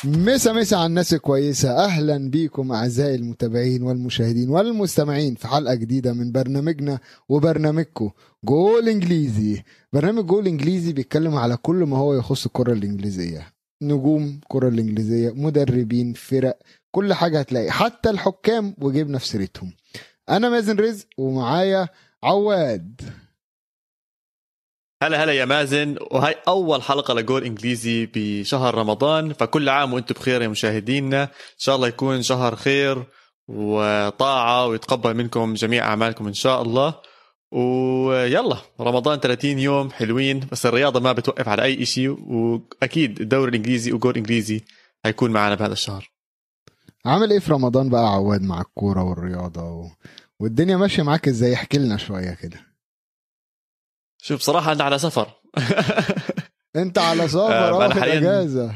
مسا على الناس كويسة. أهلا بيكم أعزائي المتابعين والمشاهدين والمستمعين في حلقة جديدة من برنامجنا وبرنامجكم جول إنجليزي. برنامج جول إنجليزي بيتكلم على كل ما هو يخص الكرة الإنجليزية، نجوم كرة الإنجليزية، مدربين، فرق، كل حاجة هتلاقي، حتى الحكام وجبنا في سيرتهم. أنا مازن رزق ومعايا عواد. هلا يا مازن، وهي أول حلقة لجول إنجليزي بشهر رمضان، فكل عام وأنتم بخير يا مشاهدينا. إن شاء الله يكون شهر خير وطاعة ويتقبل منكم جميع أعمالكم إن شاء الله. ويلا رمضان 30 يوم حلوين، بس الرياضة ما بتوقف على أي إشي، وأكيد الدوري الإنجليزي وجول إنجليزي هيكون معنا بهذا الشهر. عامل إيه في رمضان بقى عواد مع الكورة والرياضة والدنيا ماشية معاك إزاي؟ احكي لنا شوية كده. شوف بصراحة أنا على سفر. انت على سفر واخد اجازة؟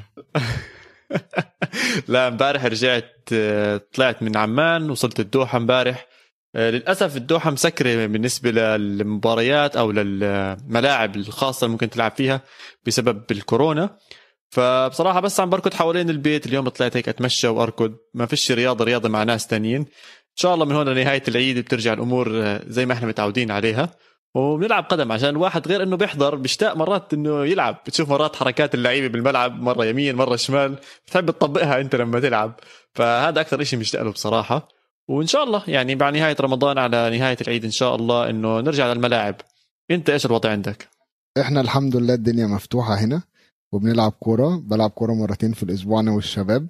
لا امبارح رجعت، طلعت من عمان وصلت الدوحة امبارح. للأسف الدوحة مسكرة بالنسبة للمباريات أو للملاعب الخاصة اللي ممكن تلعب فيها بسبب الكورونا. فبصراحة بس عم بركض حوالين البيت اليوم، طلعت هيك أتمشى وأركض، ما فيش رياضة مع ناس تانيين. إن شاء الله من هون لنهاية العيد بترجع الأمور زي ما احنا متعودين عليها، وبنلعب قدم عشان الواحد غير انه بيحضر بيشتاق مرات انه يلعب. بتشوف مرات حركات اللعيبه بالملعب، مره يمين مره شمال، بتحب تطبقها انت لما تلعب. فهذا اكثر شيء مشتاق له بصراحه. وان شاء الله يعني بعد نهايه رمضان على نهايه العيد ان شاء الله انه نرجع للملاعب. انت ايش الوضع عندك؟ احنا الحمد لله الدنيا مفتوحه هنا وبنلعب كوره، بلعب كوره مرتين في الاسبوع انا والشباب.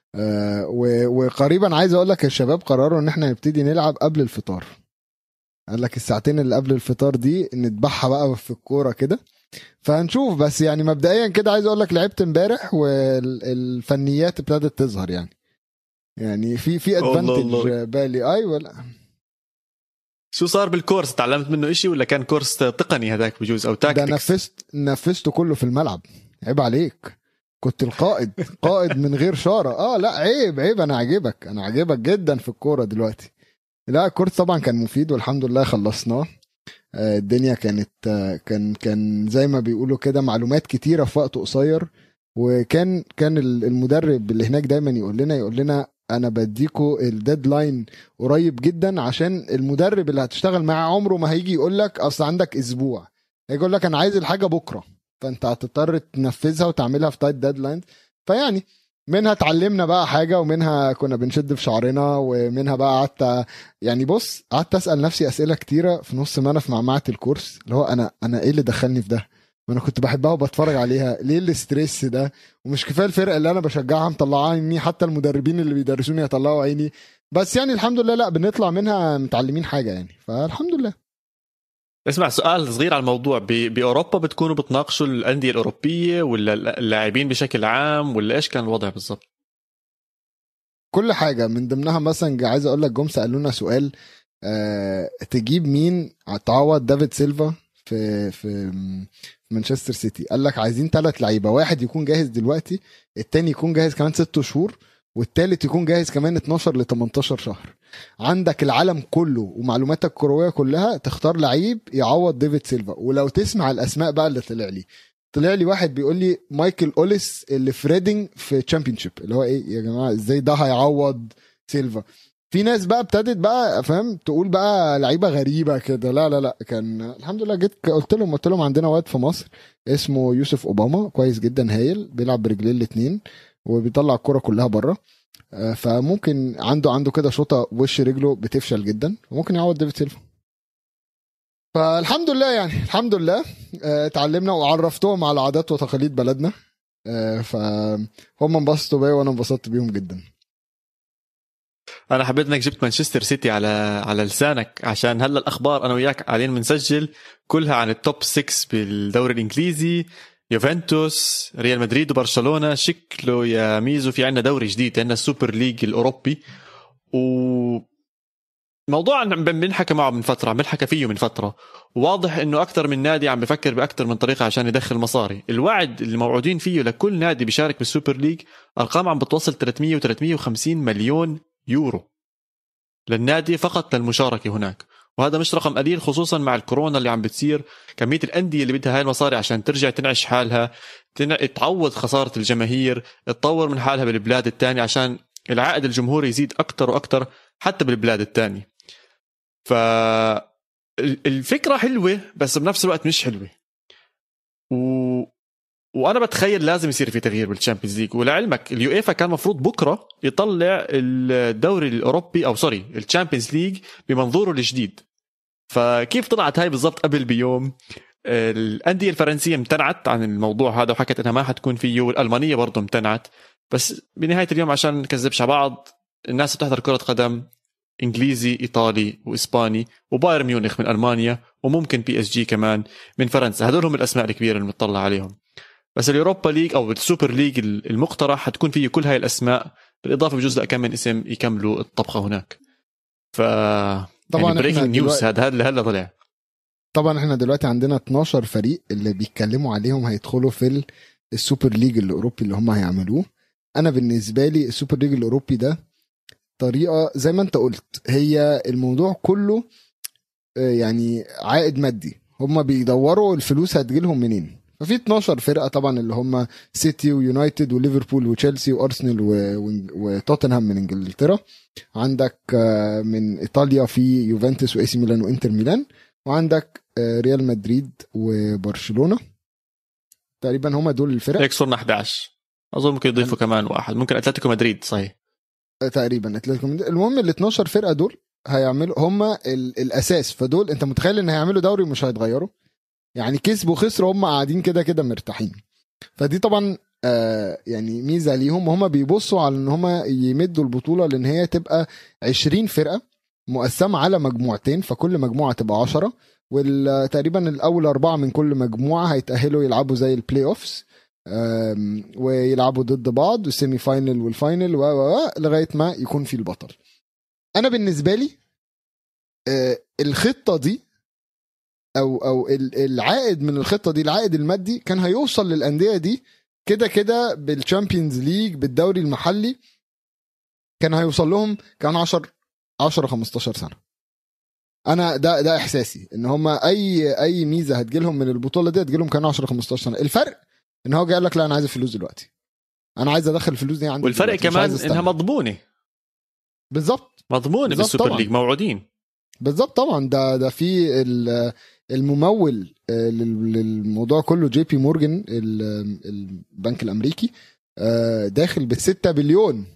وقريبا عايز اقول لك الشباب قرروا ان احنا نبتدي نلعب قبل الفطار. قال لك الساعتين اللي قبل الفطار دي نتبحها بقى في الكوره كده، فهنشوف. بس يعني مبدئيا كده عايز اقول لك لعبت امبارح والفنيات ابتدت تظهر، يعني في ادفانتج بالي. ايوه لا شو صار بالكورس؟ تعلمت منه إشي ولا كان كورس تقني هذاك بجوز او تاكتكس؟ ده نفذته كله في الملعب. عيب عليك، كنت القائد قائد من غير شارة. لا عيب انا عاجبك جدا في الكوره دلوقتي. لا الكورس طبعا كان مفيد والحمد لله خلصناه. الدنيا كانت كان زي ما بيقولوا كده معلومات كتيرة في وقت قصير. وكان المدرب اللي هناك دايما يقول لنا انا بديكوا الديدلاين قريب جدا، عشان المدرب اللي هتشتغل معاه عمره ما هيجي يقول لك اصل عندك اسبوع، هيقول لك انا عايز الحاجة بكرة، فانت هتضطر تنفذها وتعملها في تايت ديدلاين. فيعني منها اتعلمنا بقى حاجة، ومنها كنا بنشد في شعرنا، ومنها بقى قعدت أسأل نفسي أسئلة كتيرة في نص ما أنا في معمعة الكورس، اللي هو أنا إيه اللي دخلني في ده؟ وأنا كنت بحبها وبتفرج عليها، ليه الاستريس ده؟ ومش كفاية الفرقة اللي أنا بشجعها مطلعها عيني، حتى المدربين اللي بيدرسوني يطلعوا عيني. بس يعني الحمد لله لا بنطلع منها متعلمين حاجة يعني، فالحمد لله. اسمع سؤال صغير على الموضوع، بأوروبا بتكونوا بتناقشوا الأندية الأوروبية ولا اللاعبين بشكل عام، ولا إيش كان الوضع بالضبط؟ كل حاجة من ضمنها مثلا عايز أقول لك جم سألونا سؤال، تجيب مين تعوض دافيد سيلفا في مانشستر سيتي؟ قال لك عايزين 3 لعيبة، واحد يكون جاهز دلوقتي، التاني يكون جاهز كمان 6 شهور، والتالت يكون جاهز كمان 12 ل 18 شهر. عندك العالم كله ومعلوماتك الكروية كلها، تختار لعيب يعوض ديفيد سيلفا. ولو تسمع الأسماء بقى اللي طلع لي واحد بيقول لي مايكل أوليس اللي في ريدنج في تشامبيونشيب، اللي هو ايه يا جماعة؟ ازاي ده هيعوض سيلفا؟ في ناس بقى ابتدت بقى فاهم تقول بقى لعيبة غريبة كده. لا كان الحمد لله جيت قلت لهم عندنا واد في مصر اسمه يوسف أوباما، كويس جدا، هايل، بيلعب برجلين الاتنين وبيطلع الكرة كلها بره. فممكن عنده كده شوطة وش رجله بتفشل جدا، وممكن يعوض ديفيد سيلفا. فالحمد لله يعني الحمد لله اتعلمنا وعرفتهم على عادات وتقاليد بلدنا. فهم انبسطوا بيا وانا انبسطت بيهم جدا. انا حبيت انك جبت مانشستر سيتي على لسانك، عشان هلا الاخبار انا وياك قاعدين بنسجل كلها عن التوب 6 بالدوري الانجليزي، يوفنتوس، ريال مدريد وبرشلونة. شكله يا ميزو في عنا دوري جديد، عنا السوبر ليج الاوروبي، وموضوع بنحكى معه من فترة، بنحكى فيه من فترة، وواضح انه اكثر من نادي عم بفكر باكثر من طريقة عشان يدخل مصاري. الوعد اللي موعودين فيه لكل نادي بيشارك بالسوبر ليج ارقام عم بتوصل 300 و350 مليون يورو للنادي فقط للمشاركة هناك. وهذا مش رقم قليل، خصوصا مع الكورونا اللي عم بتصير. كمية الأندية اللي بدها هاي المصاري عشان ترجع تنعش حالها، تعوض خسارة الجماهير، تطور من حالها بالبلاد التانية عشان العائد الجمهوري يزيد أكتر وأكتر حتى بالبلاد التانية. فالفكرة حلوة بس بنفس الوقت مش حلوة. وانا بتخيل لازم يصير في تغيير بالتشامبيونز ليج. ولعلمك اليويفا كان مفروض بكره يطلع الدوري الاوروبي او سوري التشامبيونز ليج بمنظوره الجديد. فكيف طلعت هاي بالضبط قبل بيوم؟ الانديه الفرنسيه امتنعت عن الموضوع هذا وحكت انها ما حتكون فيه، والالمانيه برضه امتنعت. بس بنهايه اليوم عشان نكذبش على بعض، الناس بتحضر كره قدم انجليزي ايطالي واسباني، وبايرن ميونخ من المانيا، وممكن بي اس جي كمان من فرنسا. هذول هم الاسماء الكبيره اللي بنطلع عليهم. بس اليوروبا ليج او السوبر ليج المقترح حتكون فيه كل هاي الاسماء، بالاضافه بجزء كم من اسم يكملوا الطبخه هناك. ف طبعا يعني بريكنج نيوز هذا هلا طلع. طبعا احنا دلوقتي عندنا 12 فريق اللي بيتكلموا عليهم هيدخلوا في السوبر ليج الاوروبي اللي هم هيعملوه. انا بالنسبه لي السوبر ليج الاوروبي ده طريقه زي ما انت قلت، هي الموضوع كله يعني عائد مادي، هم بيدوروا الفلوس هتجيلهم منين. ففي 12 فرقه طبعا اللي هم سيتي ويونايتد وليفربول وتشيلسي وارسنال وتوتنهام من انجلترا. عندك من ايطاليا في يوفنتوس واي سي ميلان وانتر ميلان، وعندك ريال مدريد وبرشلونه. تقريبا هم دول الفرق. هيك صرنا 11 اظن، ممكن يضيفوا كمان واحد، ممكن اتلتيكو مدريد. صحيح تقريبا اتلتيكو مدريد. المهم ال 12 فرقه دول هيعملوا هم الاساس. فدول انت متخيل ان هيعملوا دوري مش هيتغيروا، يعني كسبوا خسروا هم قاعدين كده كده مرتاحين. فدي طبعا يعني ميزه ليهم. هم بيبصوا على ان هم يمدوا البطوله لان هي تبقى 20 فرقه مقسمه على مجموعتين، فكل مجموعه تبقى 10، وتقريبا الاول 4 من كل مجموعه هيتاهلوا يلعبوا زي البلاي اوفس، ويلعبوا ضد بعض والسيمي فاينل والفاينل لغايه ما يكون في البطل. انا بالنسبه لي الخطه دي او العائد من الخطه دي، العائد المادي كان هيوصل للانديه دي كده كده بالتشامبيونز ليج بالدوري المحلي، كان هيوصل لهم كان 10 15 سنه. انا ده احساسي ان هم اي ميزه هتجيلهم من البطوله دي هتجيلهم كان 10 15 سنه. الفرق ان هو جاي لك لا انا عايز الفلوس دلوقتي، انا عايز ادخل الفلوس دي عندي. والفرق كمان انها مضمونه. بالظبط مضمونه بالسوبر ليج، موعودين بالظبط. طبعا ده في الممول للموضوع كله جي بي مورجان البنك الامريكي داخل ب6 بليون.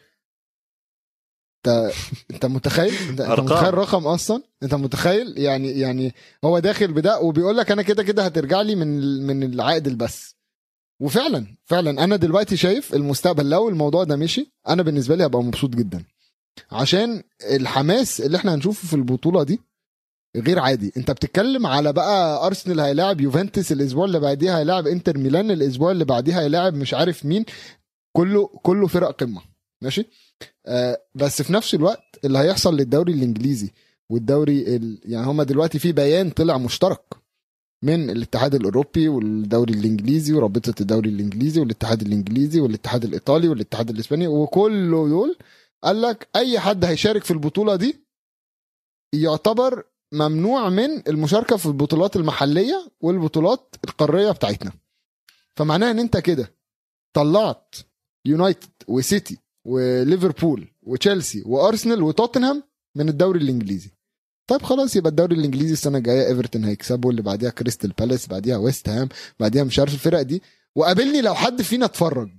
انت متخيل؟ انت متخيل رقم اصلا؟ انت متخيل يعني هو داخل بده وبيقول لك انا كده كده هترجع لي من العائد البث. وفعلا انا دلوقتي شايف المستقبل لو الموضوع ده مشي، انا بالنسبه لي هبقى مبسوط جدا عشان الحماس اللي احنا هنشوفه في البطوله دي غير عادي. انت بتتكلم على بقى ارسنال هيلاعب يوفنتوس الاسبوع اللي بعديها، هيلاعب انتر ميلان الاسبوع اللي بعديها، هيلاعب مش عارف مين، كله فرق قمه ماشي. بس في نفس الوقت اللي هيحصل للدوري الانجليزي والدوري يعني هما دلوقتي في بيان طلع مشترك من الاتحاد الاوروبي والدوري الانجليزي ورابطه الدوري الانجليزي والاتحاد الانجليزي والاتحاد الايطالي والاتحاد الاسباني، وكل دول قال لك اي حد هيشارك في البطوله دي يعتبر ممنوع من المشاركه في البطولات المحليه والبطولات القاريه بتاعتنا. فمعناها ان انت كده طلعت يونايتد وسيتي وليفربول وتشيلسي وارسنال وتوتنهام من الدوري الانجليزي. طيب خلاص، يبقى الدوري الانجليزي السنه الجايه ايفرتون هيكسبوا، اللي بعديها كريستال بالاس، بعديها ويست هام، بعديها مش عارف الفرق دي، وقابلني لو حد فينا اتفرج.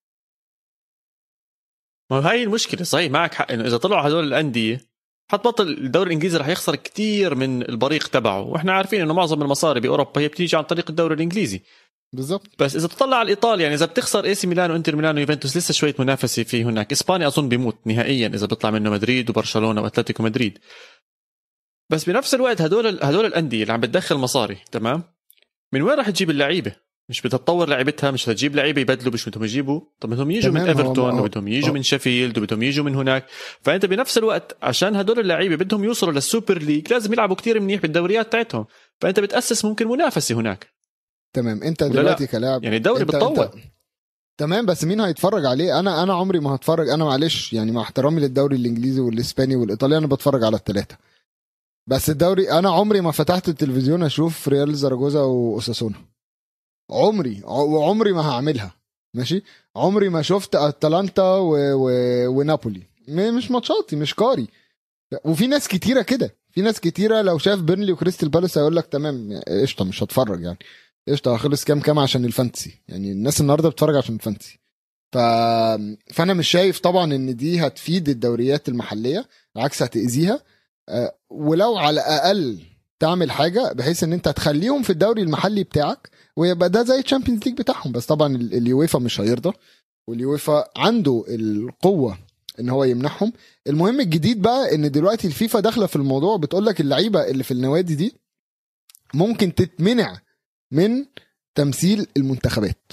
ما هي المشكله. صحيح معك حق انه اذا طلعوا هذول الانديه حتبطل الدوري الانجليزي، رح يخسر كتير من البريق تبعه، واحنا عارفين انه معظم المصاري باوروبا هي بتيجي عن طريق الدوري الانجليزي. بالضبط. بس اذا تطلع على الايطالي، يعني اذا بتخسر اي سي ميلان وانتر ميلان ويوفنتوس لسه شويه منافسه في هناك. اسبانيا اظن بيموت نهائيا اذا بيطلع منه مدريد وبرشلونه واتلتيكو مدريد. بس بنفس الوقت هدول الانديه اللي عم بتدخل مصاري تمام، من وين راح تجيب اللعيبه؟ مش بتتطور لعيبتها، مش هتجيب لعيبه يبدلوا، مش بدهم يجيبوا. طب بدهم يجوا من ايفرتون وبدهم يجوا من شيفيلد وبدهم يجوا من هناك. فانت بنفس الوقت عشان هدول اللعيبه بدهم يوصلوا للسوبر ليج لازم يلعبوا كتير منيح بالدوريات تاعتهم، فانت بتاسس ممكن منافسه هناك. تمام. انت دلوقتي كلاعب يعني الدوري بتطور تمام، بس مين هيتفرج عليه؟ انا عمري ما هتفرج. انا معلش يعني مع احترامي للدوري الانجليزي والاسباني والايطالي انا بتفرج على الثلاثه، بس الدوري انا عمري ما فتحت التلفزيون اشوف ريال زراجوزا واوساسونا. عمري ما هعملها. ماشي، عمري ما شفت اتلانتا ونابولي، مش ماتشاتي، مش قاري. وفي ناس كتيره كده، في ناس كتيره لو شاف بيرنلي وكريستال بالاس هيقول لك تمام قشطه مش هتفرج يعني، قشطه خلص كام عشان الفانتسي. يعني الناس النهارده بتتفرج عشان الفانتسي. فانا مش شايف طبعا ان دي هتفيد الدوريات المحليه، بالعكس هتاذيها. ولو على الاقل تعمل حاجه بحيث ان انت تخليهم في الدوري المحلي بتاعك ويبقى ده زي الشامبيونز ليج بتاعهم. بس طبعا اليويفا مش هيرضى، واليويفا عنده القوه ان هو يمنعهم. المهم الجديد بقى ان دلوقتي الفيفا داخله في الموضوع، بتقول لك اللعيبه اللي في النوادي دي ممكن تتمنع من تمثيل المنتخبات.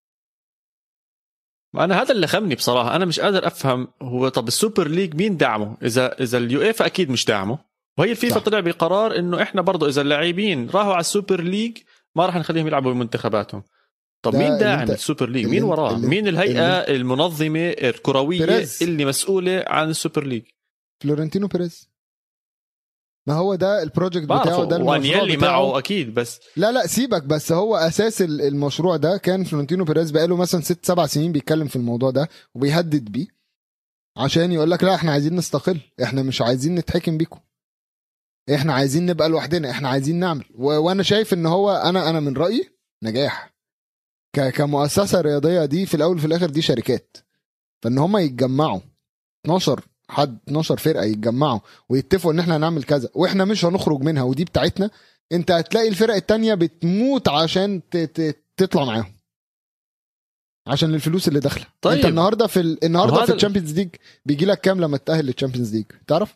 انا هذا اللي خمني بصراحه، انا مش قادر افهم. هو طب السوبر ليج مين دعمه؟ اذا اليويفا اكيد مش دعمه، وهي الفيفا صح. طلع بقرار انه احنا برضو اذا اللاعبين راحوا على السوبر ليج ما راح نخليهم يلعبوا بمنتخباتهم. طب مين داعم السوبر ليج؟ مين وراه؟ مين الهيئه المنظمه الكرويه بيريز. اللي مسؤوله عن السوبر ليج؟ فلورنتينو بيريز، ما هو ده البروجكت بتاعه، ده المشروع بتاعه معه اكيد. بس لا سيبك، بس هو اساس المشروع ده كان فلورنتينو بيريز بقاله مثلا 6-7 سنين بيتكلم في الموضوع ده وبيهدد بيه، عشان يقول لك لا احنا عايزين نستقل، احنا مش عايزين نتحكم بيكم، احنا عايزين نبقى لوحدنا، احنا عايزين نعمل. وانا شايف ان هو انا من رايي نجاح كمؤسسه رياضيه. دي في الاول وفي الاخر دي شركات، فان هم يتجمعوا 12 فرقه يتجمعوا ويتفقوا ان احنا هنعمل كذا واحنا مش هنخرج منها ودي بتاعتنا. انت هتلاقي الفرق التانية بتموت عشان تطلع معاهم عشان الفلوس اللي داخله. طيب. انت النهارده في الشامبيونز ليج بيجي لك كام لما تتاهل للشامبيونز ليج تعرف؟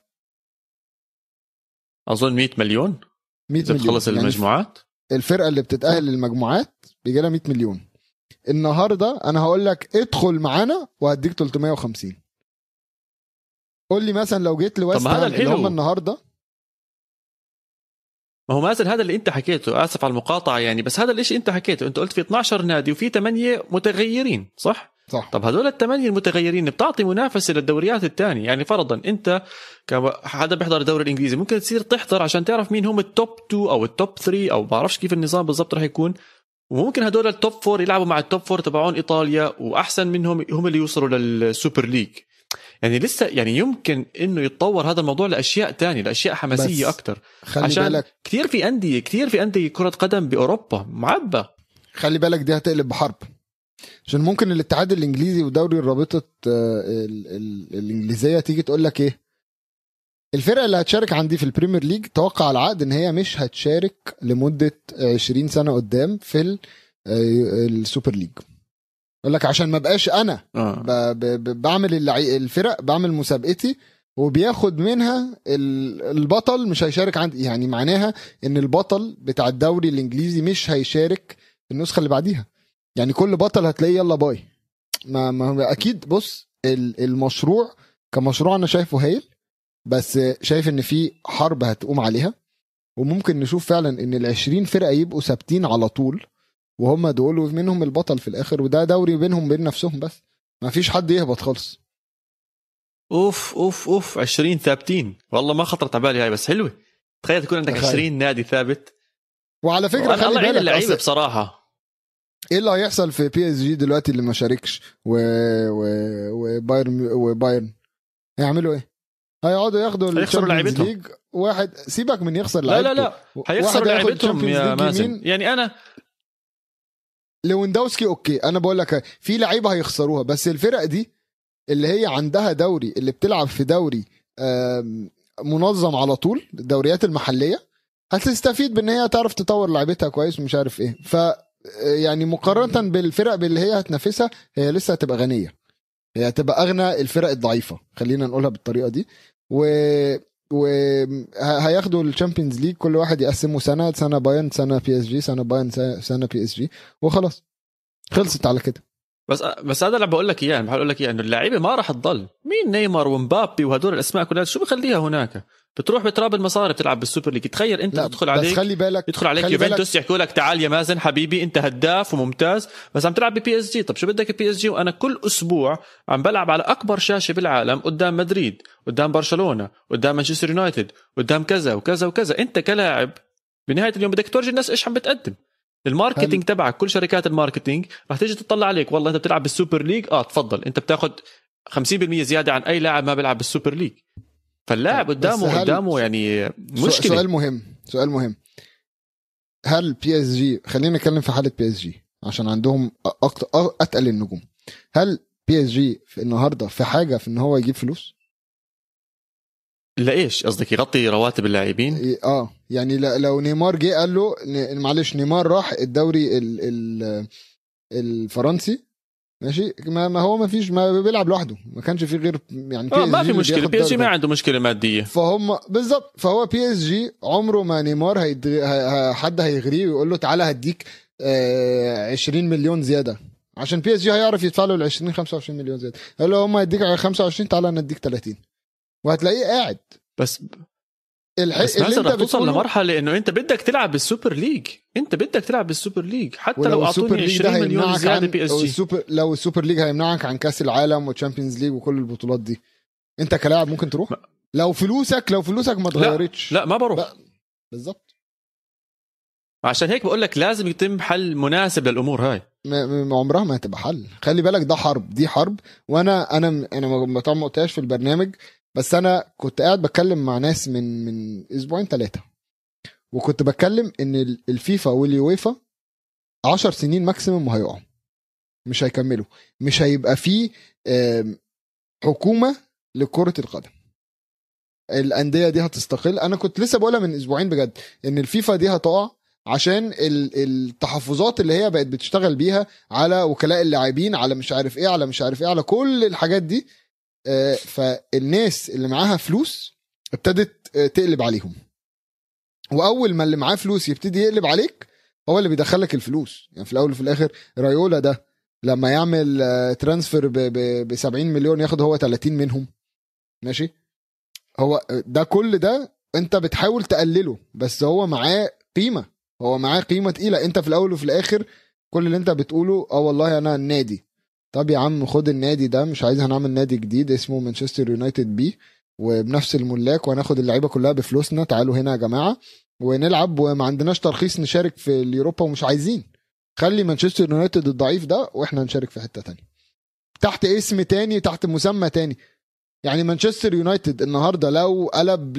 اظن 100 مليون 100 مليون تخلص المجموعات. يعني الفرقه اللي بتتاهل للمجموعات بيجي لها 100 مليون. النهارده انا هقول لك ادخل معانا وهديك 350. قول لي مثلا لو جيت لويست هام اللي هم النهارده، ما هو مازن هذا اللي انت حكيته، اسف على المقاطعه يعني، بس هذا الاشي انت حكيته. انت قلت في 12 نادي وفي 8 متغيرين، صح؟ طب هذول ال8 المتغيرين بتعطي منافسه للدوريات الثانيه. يعني فرضا انت حدا بيحضر الدوري الانجليزي ممكن تصير تحضر عشان تعرف مين هم التوب 2 او التوب 3 او ما بعرفش كيف النظام بالضبط رح يكون، وممكن هدول التوب 4 يلعبوا مع التوب 4 تبعون ايطاليا، واحسن منهم هم اللي يوصلوا للسوبر ليج. يعني لسه يعني يمكن انه يتطور هذا الموضوع لاشياء تانية، لاشياء حماسيه اكتر. عشان بالك كثير في انديه كره قدم باوروبا معبى. خلي بالك دي هتقلب بحرب، عشان ممكن الاتحاد الانجليزي ودوري الرابطه الانجليزيه تيجي تقول لك ايه، الفرقه اللي هتشارك عندي في البريمير ليج توقع العقد ان هي مش هتشارك لمده 20 سنه قدام في السوبر ليج. يقول لك عشان ما بقاش انا بعمل الفرق، بعمل مسابقتي وبياخد منها البطل مش هيشارك عندي. يعني معناها ان البطل بتاع الدوري الانجليزي مش هيشارك في النسخه اللي بعديها. يعني كل بطل هتلاقيه يلا باي. ما اكيد. بص المشروع كمشروع انا شايفه هايل، بس شايف ان في حرب هتقوم عليها، وممكن نشوف فعلا ان ال20 فرقه يبقوا ثابتين على طول وهم دول ومنهم البطل في الاخر، وده دوري بينهم بين نفسهم بس ما فيش حد يهبط خالص. اوف 20 ثابتين، والله ما خطرت على بالي هاي، بس حلوه. تخيل تكون عندك 20 نادي ثابت. وعلى فكره خلي بالك اللعيبه بصراحه ايه اللي هيحصل في بي اس جي دلوقتي اللي ما شاركش وبايرن هيعملوا ايه؟ هيقعدوا ياخدوا الشامبيونز ليج. واحد سيبك من يخسر لعيبته، لا هيخسروا لعيبتهم يا مازن. يعني انا ليفاندوفسكي اوكي، انا بقول لك في لعيبه هيخسروها، بس الفرق دي اللي هي عندها دوري، اللي بتلعب في دوري منظم على طول، الدوريات المحليه هتستفيد بان هي تعرف تطور لعيبتها كويس ومش عارف ايه. ف يعني مقارنه بالفرق اللي هي هتنافسها هي لسه هتبقى غنيه، هي هتبقى اغنى الفرق الضعيفه، خلينا نقولها بالطريقه دي. وهياخدوا الشامبيونز ليج كل واحد يقسمه سنه بايرن، سنه بي اس جي، سنه بايرن، سنه بي اس جي، وخلاص خلصت على كده. بس هذا اللي بقول لك اياه، بقول لك انه اللعيبه ما راح تضل. مين نيمار ومبابي وهدول الاسماء كلها شو بخليها هناك؟ بتروح بتراب المصاري بتلعب بالسوبر ليج. تخيل انت تدخل عليك، خلي بالك يدخل عليك يوفنتوس يحكوا لك تعال يا مازن حبيبي انت هداف وممتاز، بس عم تلعب ببي اس جي. طب شو بدك بي اس جي وانا كل اسبوع عم بلعب على اكبر شاشه بالعالم قدام مدريد، قدام برشلونه، قدام مانشستر يونايتد، قدام كذا وكذا وكذا. انت كلاعب بنهايه اليوم بدك تورجي الناس ايش عم بتقدم. الماركتينج تبعك كل شركات الماركتينج راح تيجي تطلع عليك والله انت بتلعب بالسوبر ليج تفضل انت بتاخد 50% زياده عن اي لاعب ما بيلعب بالسوبر ليج. فاللاعب قدامه يعني مشكله. سؤال مهم هل بي اس جي، خلينا نتكلم في حاله بي اس جي عشان عندهم اتقل النجوم، هل بي اس جي في النهارده في حاجه في ان هو يجيب فلوس؟ لا ايش قصدك يغطي رواتب اللاعبين؟ يعني لو نيمار جه قال له معلش نيمار راح الدوري الفرنسي ماشي، ما هو ما فيش، ما بيلعب لوحده، ما كانش فيه غير يعني ما في مشكله، بي اس جي ما عنده مشكله ماديه فهم بالظبط. فهو بي اس جي عمره ما نيمار حد هيغريه ويقول له تعالى هديك 20 مليون زياده، عشان بي اس جي هيعرف يدفع له ال 20 25 مليون زياده. قال له هم هيديك على 25 تعالى نديك 30 وهتلاقيه قاعد. بس اللي انت توصل لمرحله انه انت بدك تلعب بالسوبر ليج، حتى لو اعطوني 20 مليون زياده بي اس جي. لو السوبر ليج هيمنعك عن كاس العالم وتشامبيونز ليج وكل البطولات دي، انت كلاعب ممكن تروح لو فلوسك ما اتغيرتش؟ لا ما بروح. بالظبط. عشان هيك بقول لك لازم يتم حل مناسب للامور هاي. عمرها ما هتبقى حل، خلي بالك ده حرب، دي حرب. وانا ما قلتهاش في البرنامج، بس انا كنت قاعد بتكلم مع ناس من اسبوعين 3 وكنت بتكلم ان الفيفا واليويفا 10 سنين ماكسيمم وهيقعوا، مش هيكملوا، مش هيبقى فيه حكومة لكرة القدم. الأندية دي هتستقل. انا كنت لسه بقولها من اسبوعين بجد ان الفيفا دي هتقع عشان التحفظات اللي هي بقت بتشتغل بيها على وكلاء اللاعبين، على مش عارف ايه، على كل الحاجات دي. فالناس اللي معاها فلوس ابتدت تقلب عليهم، واول ما اللي معاه فلوس يبتدي يقلب عليك هو اللي بيدخلك الفلوس. يعني في الاول وفي الاخر رايولا ده لما يعمل ترانسفير ب 70 مليون ياخد هو 30 منهم، ماشي؟ هو ده كل ده انت بتحاول تقلله، بس هو معاه قيمه تقيله. انت في الاول وفي الاخر كل اللي انت بتقوله والله انا النادي. طب يا عم خد النادي ده، مش عايز هنعمل نادي جديد اسمه مانشستر يونايتد بي وبنفس الملاك وهناخد اللعيبه كلها بفلوسنا، تعالوا هنا يا جماعه ونلعب وما عندناش ترخيص نشارك في اليوروبا ومش عايزين. خلي مانشستر يونايتد الضعيف ده واحنا نشارك في حته تانية تحت اسم تاني، تحت مسمى تاني. يعني مانشستر يونايتد النهارده لو قلب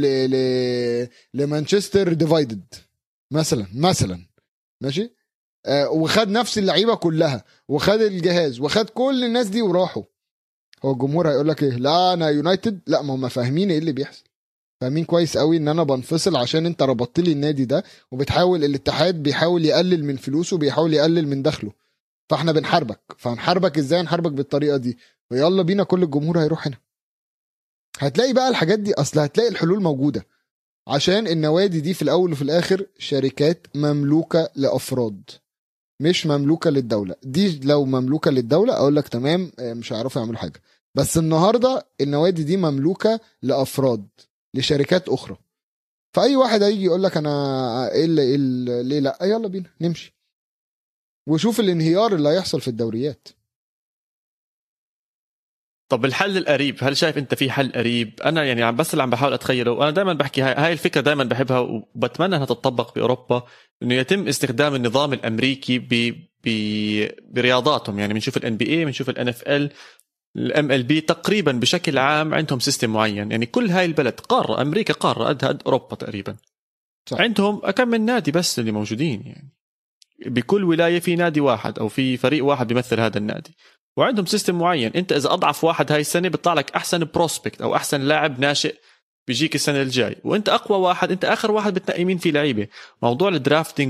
لمانشستر ديفايدد مثلا ماشي، وخد نفس اللعيبه كلها وخد الجهاز وخد كل الناس دي وراحوا، هو الجمهور هيقول لك ايه؟ لا انا يونايتد. لا، ما هم فاهمين ايه اللي بيحصل، فاهمين كويس قوي ان انا بنفصل عشان انت ربطت لي النادي ده، وبتحاول الاتحاد بيحاول يقلل من فلوسه، بيحاول يقلل من دخله، فاحنا بنحاربك. فهنحاربك ازاي؟ نحاربك بالطريقه دي، ويلا بينا كل الجمهور هيروح هنا. هتلاقي بقى الحاجات دي، اصل هتلاقي الحلول موجوده، عشان النوادي دي في الاول وفي الاخر شركات مملوكه لافراد مش مملوكه للدوله. دي لو مملوكه للدوله اقول لك تمام، مش هيعرفوا يعملوا حاجه، بس النهارده النوادي دي مملوكه لافراد لشركات اخرى. فاي واحد هيجي يقول لك انا ليه لا، يلا بينا نمشي وشوف الانهيار اللي هيحصل في الدوريات. طب الحل القريب، هل شايف انت في حل قريب؟ انا يعني بس اللي عم بحاول اتخيله، وانا دائما بحكي هاي الفكره دائما بحبها وبتمنى انها تطبق باوروبا، انه يتم استخدام النظام الامريكي برياضاتهم. يعني بنشوف الان بي اي، بنشوف الان اف ال، الام ال بي، تقريبا بشكل عام عندهم سيستم معين. يعني كل هاي البلد قاره، امريكا قاره قد اوروبا تقريبا، صح. عندهم كم من نادي بس اللي موجودين، يعني بكل ولايه في نادي واحد او في فريق واحد بيمثل هذا النادي، وعندهم سيستم معين. انت اذا اضعف واحد هاي السنه بيطلع لك احسن بروسبكت او احسن لاعب ناشئ بيجيك السنه الجاي، وانت اقوى واحد، انت اخر واحد بتنقي مين في لعيبه. موضوع الدرافتنج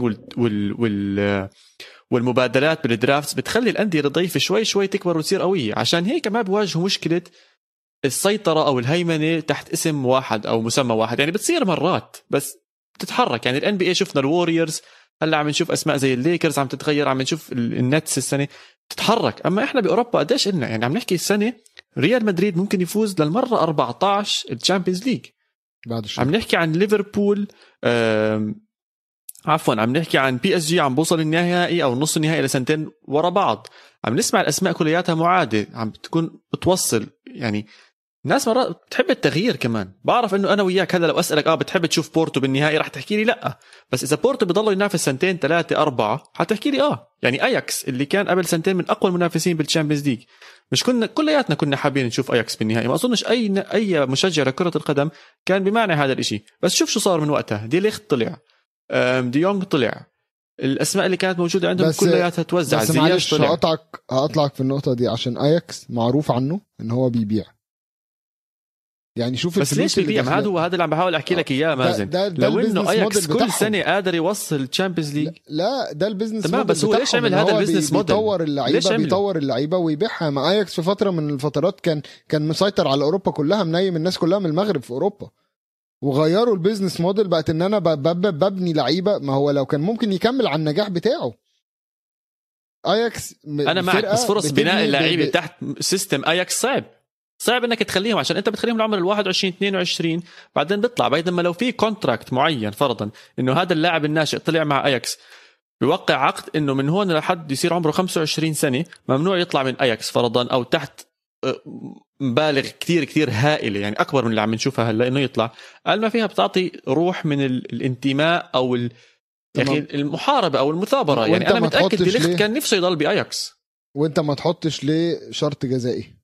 والمبادلات بالدرافتس بتخلي الانديه الضعيفه شوي شوي تكبر وتصير قويه. عشان هيك ما بواجهوا مشكله السيطره او الهيمنه تحت اسم واحد او مسمى واحد. يعني بتصير مرات بس بتتحرك. يعني الان بي اي شفنا الووريرز، هلا عم نشوف اسماء زي الليكرز عم تتغير، عم نشوف النتس السنه تتحرك. اما احنا باوروبا قديش قلنا، يعني عم نحكي السنه ريال مدريد ممكن يفوز للمره 14 الشامبيونز ليج بعد الشهر. عم نحكي عن ليفربول، عفوا عم نحكي عن بي اس جي عم بوصل النهائي او النص النهائي لسنتين ورا بعض. عم نسمع الاسماء كلياتها معاده عم بتكون بتوصل. يعني الناس مرات بتحب التغيير كمان. بعرف انه انا وياك هذا لو اسالك بتحب تشوف بورتو بالنهائي راح تحكي لي لا، بس اذا بورتو بيضل ينافس 2 3 4 حتحكي لي يعني اياكس اللي كان قبل 2 من اقوى المنافسين بالتشامبيونز ليج، مش كنا كلياتنا كنا حابين نشوف اياكس بالنهائي. ما اظنش اي مشجع لكرة القدم كان بمعنى هذا الاشي. بس شوف شو صار من وقتها، دي ليخت طلع، دي يونغ طلع، الاسماء اللي كانت موجوده عندهم كلياتها توزع. بس معلش هقطعك في النقطه دي عشان اياكس معروف عنه ان هو بيبيع. يعني شوف بس ليش بيبيع؟ هذا اللي عم بحاول احكي لك اياه مازن. لو انه اياكس كل سنه قادر يوصل الشامبيونز ليج، لا ده البيزنس موديل. بس هو ليش عمل هذا البيزنس موديل؟ بيطور اللعيبه ويبيعها. مع اياكس في فتره من الفترات كان مسيطر على اوروبا كلها، منيم الناس كلها من المغرب في اوروبا، وغيروا البيزنس موديل بقت ان انا ببني لعيبه. ما هو لو كان ممكن يكمل على النجاح بتاعه اياكس. انا معك، بس فرص بناء اللعيبه تحت سيستم اياكس صعب انك تخليهم، عشان انت بتخليهم العمر 21 22 بعدين بيطلع. بينما لو في كونتراكت معين، فرضا انه هذا اللاعب الناشئ طلع مع اياكس بيوقع عقد انه من هون لحد يصير عمره 25 سنه ممنوع يطلع من اياكس فرضا، او تحت مبالغ كتير كتير هائله، يعني اكبر من اللي عم نشوفها هلا، انه يطلع. قال ما فيها بتعطي روح من الانتماء او يعني المحاربه او المثابره. يعني انا متاكد دي ليخت كان نفسه يضل باياكس. وانت ما تحطش ليه شرط جزائي؟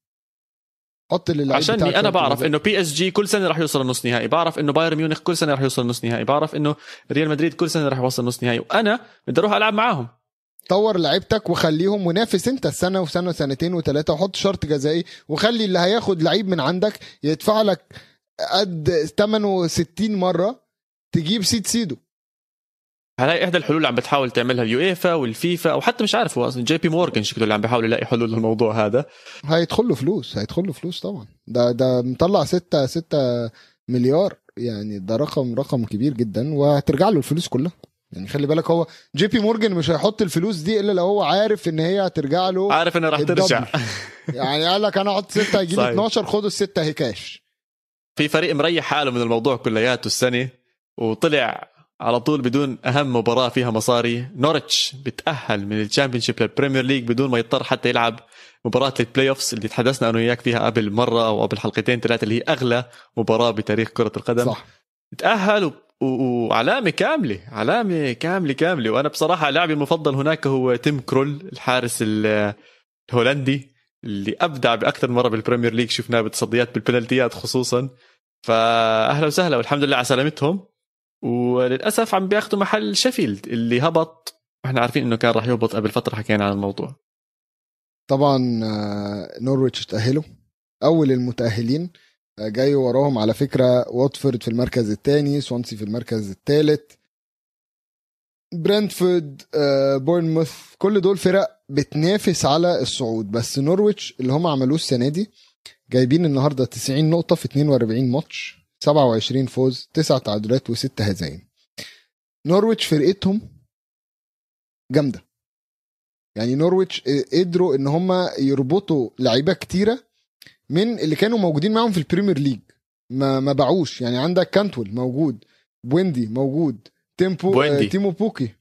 عشان انا بعرف انه بي اس جي كل سنه راح يوصل النص نهائي، بعرف انه بايرن ميونخ كل سنه راح يوصل النص نهائي، بعرف انه ريال مدريد كل سنه راح يوصل النص نهائي، وانا بدي اروح العب معاهم. طور لعيبتك وخليهم منافس انت السنه وسنه وسنتين وثلاثه، وحط شرط جزائي، وخلي اللي هياخد لعيب من عندك يدفع لك قد ثمنه 60 مره تجيب سيدو. هلاقي احدى الحلول اللي عم بتحاول تعملها اليويفا والفيفا، او حتى مش عارف هو اصلا جي بي مورغان شكله اللي عم بيحاول يلاقي حلول للموضوع هذا. هيدخل له فلوس طبعا. ده مطلع 6 مليار، يعني ده رقم كبير جدا، وهترجع له الفلوس كلها. يعني خلي بالك هو جي بي مورغان مش هيحط الفلوس دي الا لو هو عارف ان هي هترجع له، عارف انها راح ترجع. يعني قال لك انا احط 6 هيجي لي 12، خدوا ال6 هي كاش. في فريق مريح حاله من الموضوع كلياته السنه وطلع على طول بدون اهم مباراه فيها مصاري. نورتش بتاهل من الشامبيونشيب للبريمير ليج بدون ما يضطر حتى يلعب مباراه البلاي اوفس اللي تحدثنا انا وياك فيها قبل مره او قبل حلقتين 3، اللي هي اغلى مباراه بتاريخ كره القدم. صح. تاهل وعلامه كامله، علامه كامله. وانا بصراحه لاعبي المفضل هناك هو تيم كرول، الحارس الهولندي اللي ابدع باكثر مره بالبريمير ليج، شفناه بتصديات بالبنالتيات خصوصا. فاهلا وسهلا والحمد لله على سلامتهم. وللأسف عم بياخدوا محل شيفيلد اللي هبط، احنا عارفين انه كان راح يهبط قبل فترة، حكينا عن الموضوع. طبعا نورويتش تأهلوا أول المتأهلين، جاي وراهم على فكرة واتفورد في المركز الثاني، سوانسي في المركز الثالث، برنتفورد، بورنموث، كل دول فرق بتنافس على الصعود. بس نورويتش اللي هم عملوه السنة دي جايبين النهاردة 90 نقطة في 42 ماتش، 27 فوز، 9 تعادلات و6 هزايم. نورويتش فرقتهم جامدة، يعني نورويتش قدروا ان هم يربطوا لعيبة كتيرة من اللي كانوا موجودين معهم في البريمير ليج، ما باعوش. يعني عندك كانتول موجود، بويندي موجود، تيمو بوكي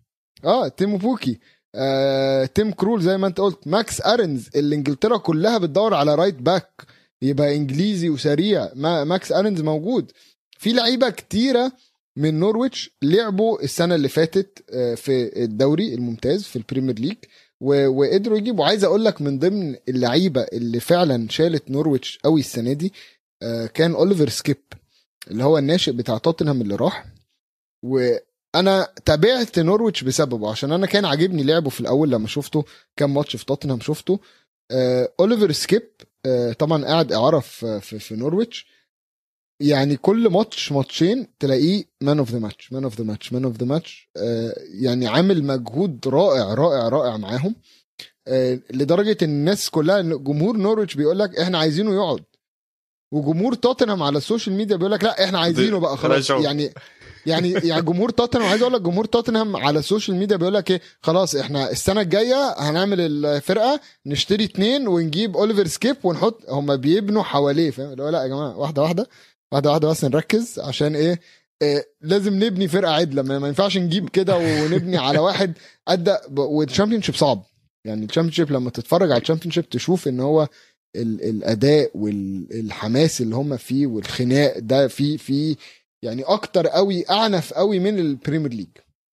تيم كرول زي ما انت قلت، ماكس ارنز اللي انجلترا كلها بتدور على رايت باك يبقى انجليزي وسريع، ماكس ارنز موجود. في لعيبه كتيره من نورويتش لعبوا السنه اللي فاتت في الدوري الممتاز في البريمير ليج وقدروا يجيبوا. عايز اقول لك من ضمن اللعيبه اللي فعلا شالت نورويتش قوي السنه دي كان اوليفر سكيب اللي هو الناشئ بتاع توتنهام اللي راح، وانا تابعت نورويتش بسببه عشان انا كان عاجبني لعبه في الاول. لما شفته كام ماتش في توتنهام شفته اوليفر سكيب طبعا قاعد اعاره في نورويتش، يعني كل ماتشين تلاقيه مان اوف ذا ماتش يعني عامل مجهود رائع معاهم لدرجه ان الناس كلها، جمهور نورويتش بيقول لك احنا عايزينه يقعد، وجمهور توتنهام على السوشيال ميديا بيقول لك لا احنا عايزينه بقى خلاص. يعني جمهور توتنهام، عايز اقول لك جمهور توتنهام على السوشيال ميديا بيقول لك ايه، خلاص احنا السنه الجايه هنعمل الفرقه نشتري 2 ونجيب اوليفر سكيب ونحط، هم بيبنوا حواليه، فاهم؟ لا يا جماعه واحده بس نركز، عشان ايه لازم نبني فرقه عدله، ما ينفعش نجيب كده ونبني على واحد ادى. والتشامبيونشيب صعب، يعني التشامبيونشيب لما تتفرج على التشامبيونشيب تشوف ان هو الاداء والحماس اللي هم فيه والخناق ده في يعني اكتر قوي اعنف قوي من البريمير ليج.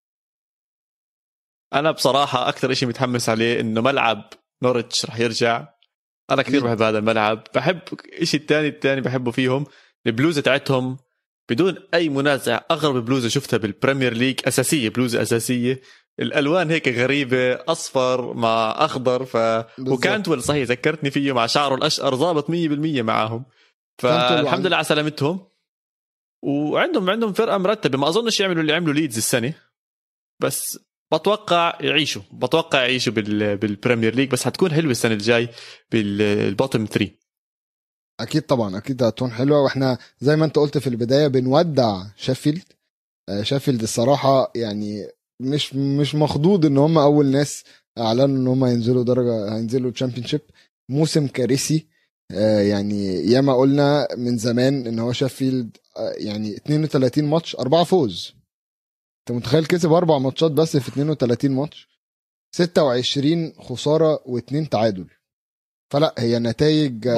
انا بصراحه اكثر شيء متحمس عليه انه ملعب نورتش رح يرجع. انا كثير بحب هذا الملعب. بحب شيء الثاني بحبه فيهم البلوزه تاعتهم بدون اي منازع. اغرب بلوزه شفتها بالبريمير ليج اساسيه، بلوزه اساسيه الالوان هيك غريبه، اصفر مع اخضر وكانتول صحيح ذكرتني فيه مع شعره الاشقر ضابط 100% معاهم. فالحمد لله على سلامتهم. وعندهم فرقه مرتبه. ما اظنش يعملوا اللي عملوا ليدز السنه، بس بتوقع يعيشوا بالبريمير ليج. بس حتكون حلوه السنه الجاي بالبوتم 3. اكيد طبعا اكيد هتكون حلوه. واحنا زي ما انت قلت في البدايه بنودع شيفيلد الصراحه يعني مش مخضوض ان هم اول ناس اعلنوا ان هم هينزلوا تشامبيونشيب. موسم كارثي يعني ياما قلنا من زمان ان هو شيفيلد يعني 32 ماتش 4 فوز. انت متخيل كسب 4 ماتشات بس في 32 ماتش، 26 خساره و2 تعادل. فلا هي نتائج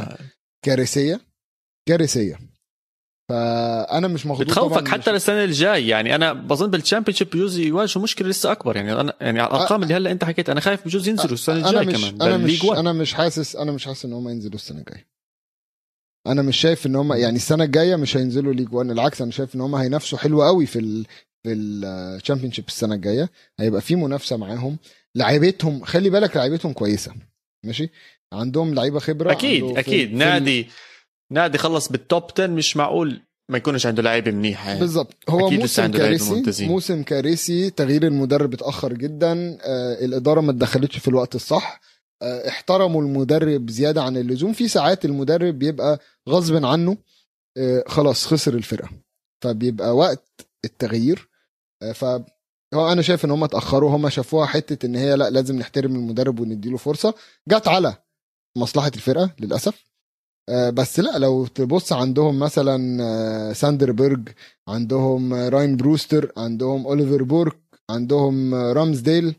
كارثيه. فانا مش مخضوض. بتخوفك حتى السنه الجاي. يعني انا بظن بالتشامبيونشيب بيجوز يواجهوا مشكله لسه اكبر. يعني انا يعني على الارقام اللي هلا انت حكيت انا خايف بيجوز ينزلوا السنه الجاي كمان. انا مش حاسس ان هم ينزلوا السنه الجايه. انا مش شايف ان هم يعني السنه الجايه مش هينزلوا ليج 1. العكس انا شايف ان هم هينافسوا حلو قوي في الشامبيونشيب السنه الجايه. هيبقى في منافسه معاهم. لعيبتهم خلي بالك لعيبتهم كويسه ماشي، عندهم لعيبه خبره. اكيد نادي خلص بالتوب 10 مش معقول ما يكونش عنده لعيبه منيحه يعني. بالضبط. هو موسم كارثي. تغيير المدرب اتاخر جدا. الاداره ما اتدخلتش في الوقت الصح. احترموا المدرب زياده عن اللزوم. في ساعات المدرب بيبقى غصب عنه خلاص خسر الفرقه فبيبقى وقت التغيير. فهو انا شايف ان هم اتاخروا. هم شافوها حته ان هي لا لازم نحترم المدرب ونديله فرصه، جت على مصلحه الفرقه للاسف. بس لا لو تبص عندهم مثلا ساندربرج، عندهم راين بروستر، عندهم اوليفر بورك، عندهم رامزديل.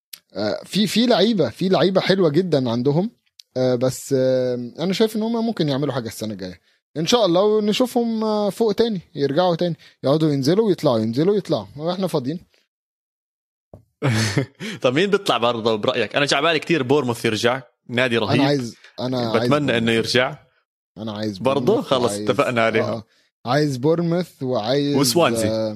في لعيبه حلوه جدا عندهم. بس انا شايف ان هم ممكن يعملوا حاجه السنه الجايه ان شاء الله ونشوفهم فوق تاني، يرجعوا تاني، يقعدوا ينزلوا يطلعوا واحنا فاضيين. طب مين بيطلع برضه برايك؟ انا جعبالي كتير بورموث يرجع، نادي رهيب. انا بتمنى انه يرجع. انا عايز برضه خلص اتفقنا عليها. عايز بورموث وعايز وسوانزي.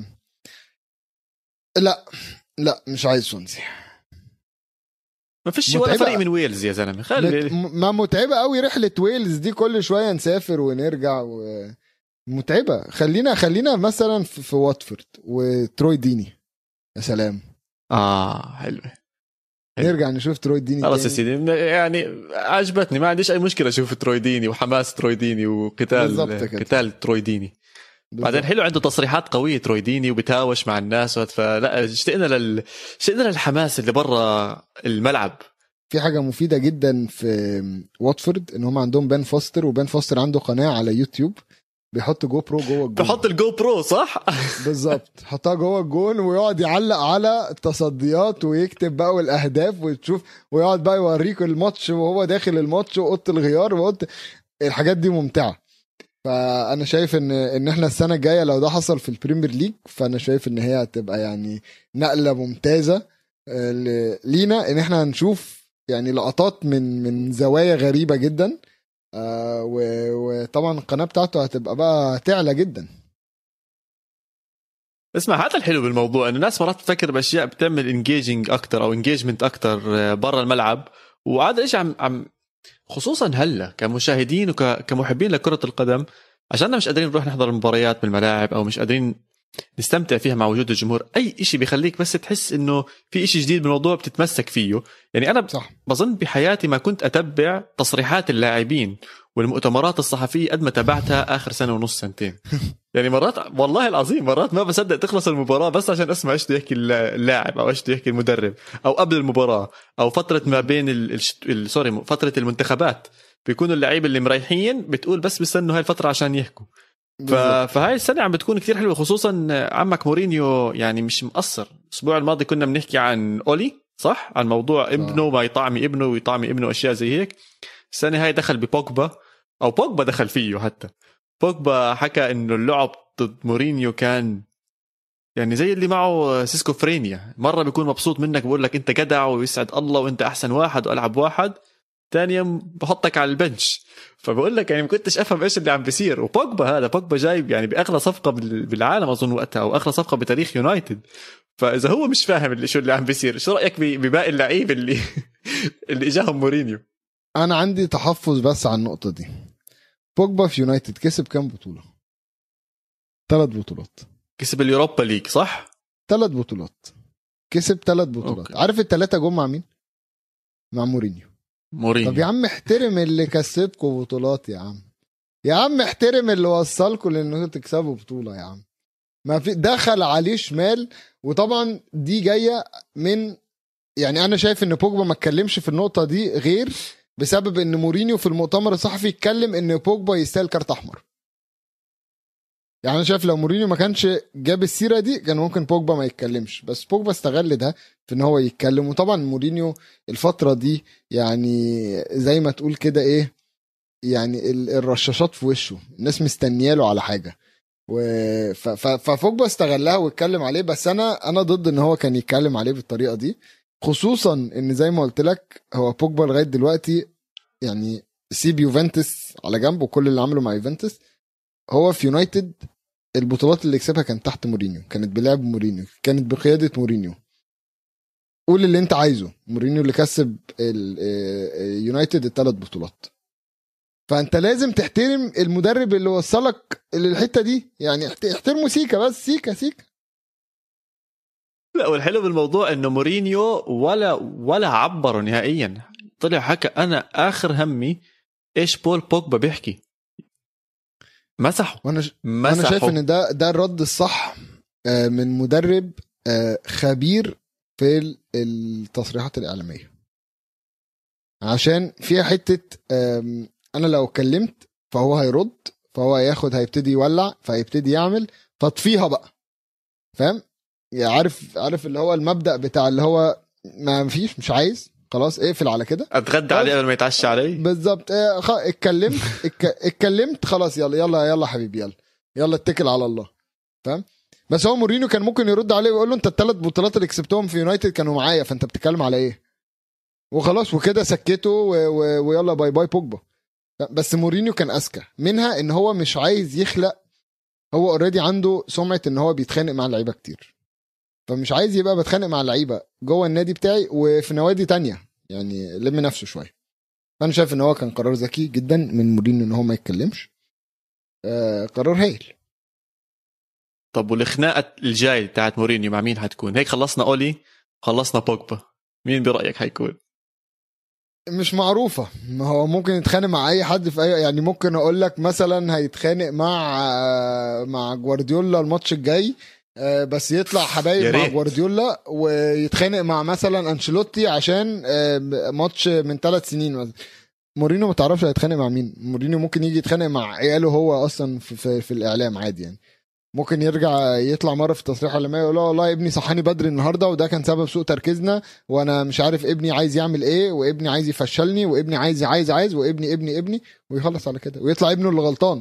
لا مش عايز سوانزي. ما فيش ولا فريق من ويلز يا زلمه. خلي ما متعبه قوي رحله ويلز دي، كل شويه نسافر ونرجع متعبه. خلينا مثلا في واتفورد وتروي ديني. يا سلام. حلو. نرجع نشوف تروي ديني خلاص يا سيدي. يعني عجبتني، ما عنديش اي مشكله اشوف تروي ديني وحماس تروي ديني وقتال تروي ديني. بعدين حلو عنده تصريحات قويه تروي ديني وبتاوش مع الناس. فلا اشتقنا للحماس اللي برا الملعب. في حاجه مفيده جدا في واتفورد ان هم عندهم بين فوستر، وبين فوستر عنده قناه على يوتيوب بيحط جو برو جوه الجون. بيحط الجو برو صح. بالظبط، حطها جوه الجون ويقعد يعلق على التصديات ويكتب بقى والاهداف وتشوف، ويقعد بقى يوريك الماتش وهو داخل الماتش واوضه الغيار الحاجات دي ممتعه. فانا شايف ان احنا السنه الجايه لو ده حصل في البريمير ليج فانا شايف ان هي هتبقى يعني نقله ممتازه لينا، ان احنا هنشوف يعني لقطات من زوايا غريبه جدا. وطبعا القناه بتاعته هتبقى بقى تعلى جدا. اسمع، هذا الحلو بالموضوع ان الناس مرات تفكر باشياء بتعمل انجيجنج اكتر او انجيجمنت اكتر برا الملعب، وهذا ايش عم خصوصا هلا كمشاهدين وكمحبين لكرة القدم، عشاننا مش قادرين نروح نحضر المباريات بالملاعب او مش قادرين نستمتع فيها مع وجود الجمهور. اي اشي بيخليك بس تحس انه في اشي جديد بالموضوع بتتمسك فيه. يعني انا بظن بحياتي ما كنت اتبع تصريحات اللاعبين والمؤتمرات الصحفية قد ما تابعتها آخر سنة ونص سنتين. يعني مرات والله العظيم مرات ما بصدق تخلص المباراة بس عشان أسمع إيش يحكي اللاعب أو إيش يحكي المدرب، أو قبل المباراة أو فترة ما بين فترة المنتخبات بيكونوا اللعيبة اللي مريحين بتقول بس بيستنوا هاي الفترة عشان يحكوا. فهاي السنة عم بتكون كتير حلوة، خصوصا عمك مورينيو يعني مش مقصر. الأسبوع الماضي كنا بنحكي عن أولي صح، عن موضوع ابنه ما يطعمي ابنه ويطعمي ابنه أشياء زي هيك. السنه هاي دخل ببوجبا، او بوجبا دخل فيه حتى. بوجبا حكى انه اللعب ضد مورينيو كان يعني زي اللي معه سيسكو فرينيا، مره بيكون مبسوط منك بقول لك انت جدع ويسعد الله وانت احسن واحد والعب واحد، ثاني يوم بحطك على البنش. فبقول لك يعني ما كنتش افهم ايش اللي عم بيصير. وبوجبا هذا بوجبا جايب يعني باغلى صفقه بالعالم اظن وقتها، او اغلى صفقه بتاريخ يونايتد. فاذا هو مش فاهم اللي شو اللي عم بيصير، شو رايك بباقي اللعيبه اللي اللي اجاهم مورينيو؟ انا عندي تحفظ بس على النقطه دي. بوجبا في يونايتد كسب كام بطوله؟ 3 بطولات. كسب اليوروبا ليج صح؟ 3 بطولات، كسب 3 بطولات. أوكي. عارف ال3 جم مع مين؟ مع مورينيو. طب يا عم احترم اللي كسبكم بطولات يا عم، يا عم احترم اللي وصلكم لانكم تكسبوا بطوله يا عم. ما في دخل عليه شمال. وطبعا دي جايه من، يعني انا شايف ان بوجبا ما اتكلمش في النقطه دي غير بسبب ان مورينيو في المؤتمر الصحفي اتكلم ان بوجبا يستاهل كارت احمر. يعني انا شايف لو مورينيو ما كانش جاب السيره دي كان ممكن بوجبا ما يتكلمش، بس بوجبا استغل ده في ان هو يتكلم. وطبعا مورينيو الفتره دي يعني زي ما تقول كده ايه، يعني الرشاشات في وشه، الناس مستنياله على حاجه. فبوجبا استغلها واتكلم عليه. بس انا ضد ان هو كان يتكلم عليه بالطريقه دي، خصوصا ان زي ما قلت لك هو بوجبا لغايه دلوقتي يعني سيب يوفنتوس على جنب وكل اللي عمله مع يوفنتوس، هو في يونايتد البطولات اللي كسبها كانت تحت مورينيو، كانت بلعب مورينيو، كانت بقياده مورينيو. قول اللي انت عايزه، مورينيو اللي كسب اليونايتد ال3 بطولات. فانت لازم تحترم المدرب اللي وصلك للحته دي، يعني احترمه سيكا، بس سيكا. لا، والحلو بالموضوع انه مورينيو ولا عبره نهائيا. طلع حكى انا اخر همي ايش بول بوجبا بيحكي، مسحه. وانا شايف ان ده الرد الصح من مدرب خبير في التصريحات الاعلاميه، عشان فيها حته انا لو اتكلمت فهو هيرد، فهو هيبتدي يولع، فهيبتدي يعمل تطفيها بقى، فاهم؟ يعني عارف اللي هو المبدأ بتاع اللي هو ما فيش، مش عايز، خلاص اقفل على كده، اتغدى عليه قبل ما يتعشى علي بالظبط. اتكلمت خلاص، يلا حبيبي، يلا اتكل على الله، فاهم؟ بس هو مورينيو كان ممكن يرد عليه ويقول له انت ال3 بطولات اللي كسبتهم في يونايتد كانوا معايا، فانت بتتكلم على ايه؟ وخلاص وكده سكته ويلا باي باي بوجبا. بس مورينيو كان اذكى منها، ان هو مش عايز يخلق، هو اوريدي عنده سمعه ان هو بيتخانق مع اللعيبه كتير، فمش عايز يبقى بتخانق مع اللعيبه جوه النادي بتاعي وفي نوادي تانية، يعني لم نفسه شويه. فانا شايف ان هو كان قرار ذكي جدا من مورينيو ان هو ما يتكلمش. قرار هايل. طب والخناقه الجاي بتاعت مورينيو مع مين هتكون؟ هيك خلصنا اولي، خلصنا بوجبا، مين برايك هيكون؟ مش معروفه، ما هو ممكن يتخانق مع اي حد في اي، يعني ممكن اقول لك مثلا هيتخانق مع جوارديولا الماتش الجاي، بس يطلع حبايب مع جوارديولا، ويتخانق مع مثلا انشيلوتي عشان ماتش من 3 سنين مثلا. مورينيو ما تعرفش هيتخانق مع مين. مورينيو ممكن يجي يتخانق مع عياله هو اصلا في الاعلام عادي، يعني ممكن يرجع يطلع مره في التصريح العلمي يقول والله ابني صحاني بدري النهارده وده كان سبب سوء تركيزنا، وانا مش عارف ابني عايز يعمل ايه، وابني عايز يفشلني، وابني عايز وابني ابني، ويخلص على كده ويطلع ابنه اللي غلطان.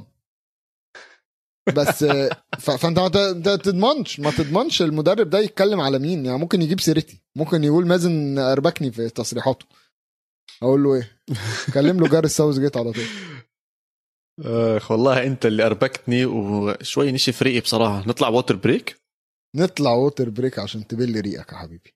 بس فانت ما تضمنش المدرب ده يتكلم على مين. يعني ممكن يجيب سيرتي، ممكن يقول مازن اربكني في تصريحاته، اقول له ايه؟ كلم له جاري ساوث جيت على طول. والله انت اللي اربكتني وشوي نشف ريقي بصراحه. نطلع ووتر بريك عشان تبل ريقك يا حبيبي.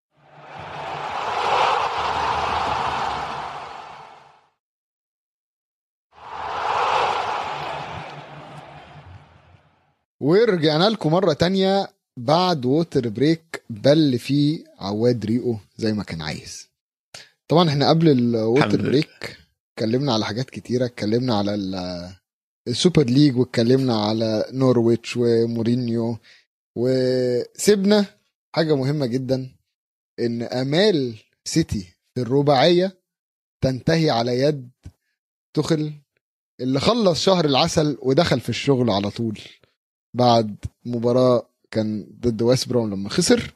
ورجعنا لكم مرة تانية بعد ووتر بريك بل فيه عواد ريقه زي ما كان عايز. طبعا احنا قبل الووتر بريك اتكلمنا على حاجات كتيرة، اتكلمنا على السوبر ليج، واتكلمنا على نورويتش ومورينيو، وسيبنا حاجة مهمة جدا، ان امال سيتي في الرباعية تنتهي على يد تخل اللي خلص شهر العسل ودخل في الشغل على طول بعد مباراة كان ضد ويست بروم لما خسر.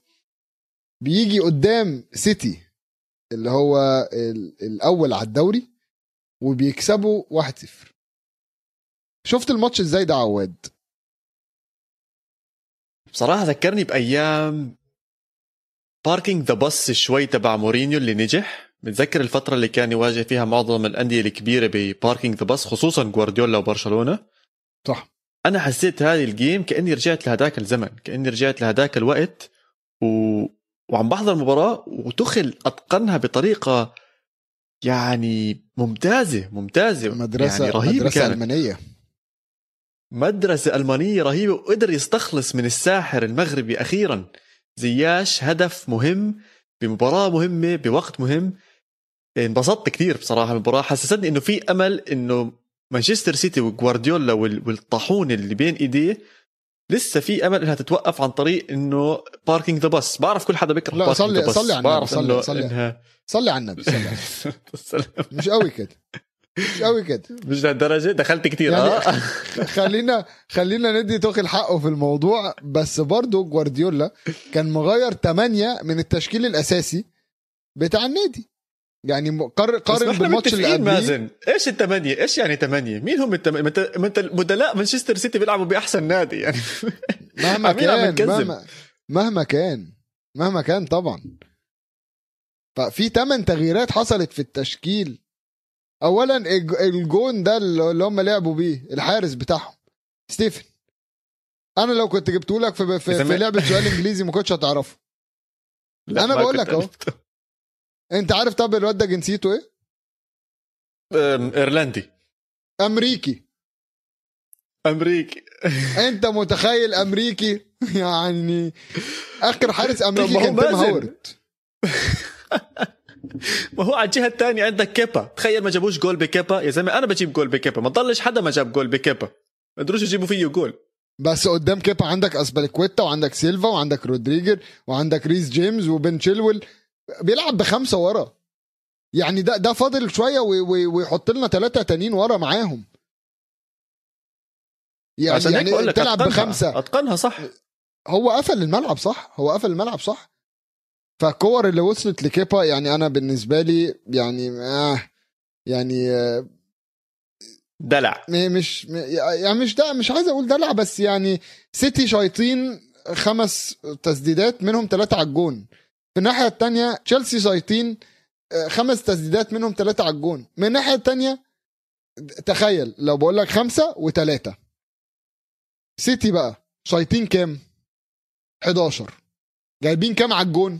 بيجي قدام سيتي اللي هو الأول على الدوري وبيكسبوا 1-0. شفت الماتش ازاي ده عواد؟ بصراحة ذكرني بأيام باركينج ذا بس شوي تبع مورينيو اللي نجح. متذكر الفترة اللي كان يواجه فيها معظم الأندية الكبيرة بباركينج ذا بس، خصوصا غوارديولا وبرشلونة. صح. أنا حسيت هذه الجيم كأني رجعت لهداك الزمن، كأني رجعت لهداك الوقت وعم بحضر المباراة، وتخل أتقنها بطريقة يعني ممتازة مدرسة يعني رهيبة، مدرسة كانت ألمانية. مدرسة ألمانية رهيبة، وقدر يستخلص من الساحر المغربي أخيرا زياش هدف مهم بمباراة مهمة بوقت مهم. انبسطت كثير بصراحة المباراة، حسستني إنه في أمل إنه مانشستر سيتي وغوارديولا والطاحون اللي بين إيديه لسه في أمل إنها تتوقف عن طريق إنه باركينج ذا بس. بعرف كل حدا بيكره لا، باركينج ذا بس، صلي على النبي، بعرف إنه صلي على النبي، صلي على النبي. مش قوي كده، مش قوي كده، مش لهالدرجة. دخلت كتير يعني خلينا ندي توخل حقه في الموضوع. بس برضو جوارديولا كان مغير 8 من التشكيل الأساسي بتاع النادي. يعني قارن بالماتش اللي قبليه. مازن، ايش الثمانية؟ ايش يعني 8؟ مين هم الثمانية؟ ما انت المدلاء مانشستر سيتي بيلعبوا بأحسن نادي يعني. مهما كان طبعا. ففي 8 تغييرات حصلت في التشكيل. اولا الجون ده اللي هم لعبوا بيه الحارس بتاعهم ستيفن، انا لو كنت جبته لك في لعبه سؤال انجليزي ما كنتش هتعرفه. انا بقول لك اهو. انت عارف طب الواد ده جنسيته ايه؟ ايرلندي امريكي. انت متخيل امريكي؟ يعني اخر حارس امريكي كان تيم هاورد. ما هو على الجهه الثانيه عندك كيبا. تخيل ما جابوش جول بكيبا يا زلمه. انا بجيب جول بكيبا، ما ضلش حدا ما جاب جول بكيبا، ما قدروش يجيبوا فيه جول. بس قدام كيبا عندك اسباليكويتا وعندك سيلفا وعندك رودريجر وعندك ريس جيمس وبن تشيلويل بيلعب ب5 ورا. يعني ده فاضل شويه ويحط لنا 3 تانيين ورا معاهم. يعني تلعب ب5 اتقنها صح. هو قفل الملعب صح. فالكور اللي وصلت لكيبا يعني انا بالنسبه لي يعني دلع. مش عايز اقول دلع، بس يعني سيتي شايطين 5 تسديدات منهم 3 على الجون. في الناحيه التانية تشيلسي شايطين 5 تسديدات منهم 3 على الجون. من الناحيه التانية تخيل لو بقول لك 5 و3. سيتي بقى شايطين كام؟ 11. جايبين كام على الجون؟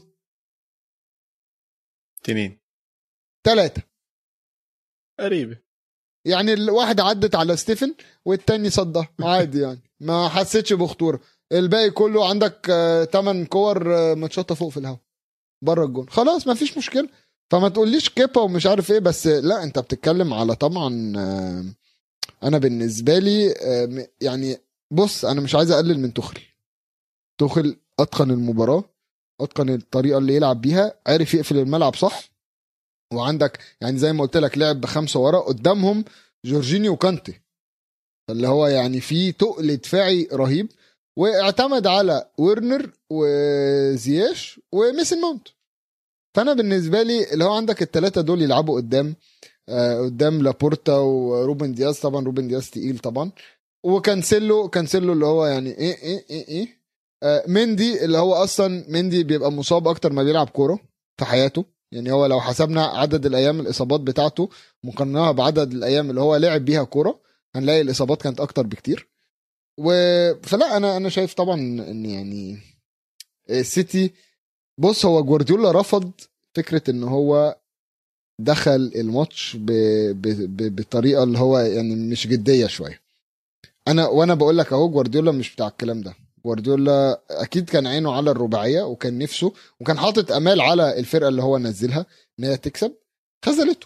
3. قريبه. يعني الواحد عدت على ستيفن والتاني صدها عادي. يعني ما حسيتش بخطوره. الباقي كله عندك 8 كور متشطه فوق في الهواء بره الجون. خلاص ما فيش مشكله. فما تقوليش كيبا ومش عارف ايه. بس لا، انت بتتكلم على طبعا انا بالنسبه لي يعني بص، انا مش عايز اقلل من توخل اتقن المباراه، اتقن الطريقه اللي يلعب بيها، عارف يقفل الملعب صح. وعندك يعني زي ما قلت لك لعب ب5 ورا قدامهم جورجينيو وكانتي، اللي هو يعني في تقل دفاعي رهيب. واعتمد على ويرنر وزياش وميسن ماونت. فانا بالنسبه لي اللي هو عندك ال3 دول يلعبوا قدام لابورتا وروبن دياز. طبعا روبن دياز تقيل طبعا. وكانسيلو اللي هو يعني ايه مندي، اللي هو اصلا مندي بيبقى مصاب اكتر ما بيلعب كوره في حياته. يعني هو لو حسبنا عدد الايام الاصابات بتاعته مقارناها بعدد الايام اللي هو لعب بيها كوره هنلاقي الاصابات كانت اكتر بكتير. فلا انا شايف طبعا ان يعني السيتي، بص هو جوارديولا رفض فكره ان هو دخل الماتش بطريقه اللي هو يعني مش جديه شويه. وانا بقول لك اهو جوارديولا مش بتاع الكلام ده. جوارديولا اكيد كان عينه على الرباعيه وكان نفسه وكان حاطط امال على الفرقه اللي هو نزلها ان هي تكسب. خذلته.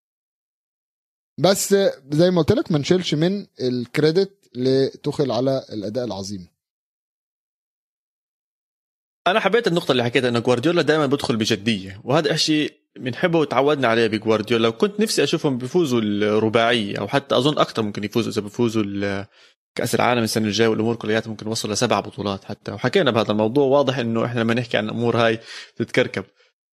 بس زي ما قلت لك ما نشيلش من الكريدت لتوخل على الاداء العظيم. انا حبيت النقطه اللي حكيتها انه جوارديولا دائما بيدخل بجديه، وهذا شيء بنحبه وتعودنا عليه بجوارديولا. وكنت نفسي اشوفهم بيفوزوا الرباعيه، او حتى اظن اكثر ممكن يفوزوا اذا بيفوزوا كأس العالم السنة الجاية والأمور كلياتها ممكن نوصل ل7 بطولات حتى. وحكينا بهذا الموضوع. واضح إنه إحنا لما نحكي عن الأمور هاي تتكركب.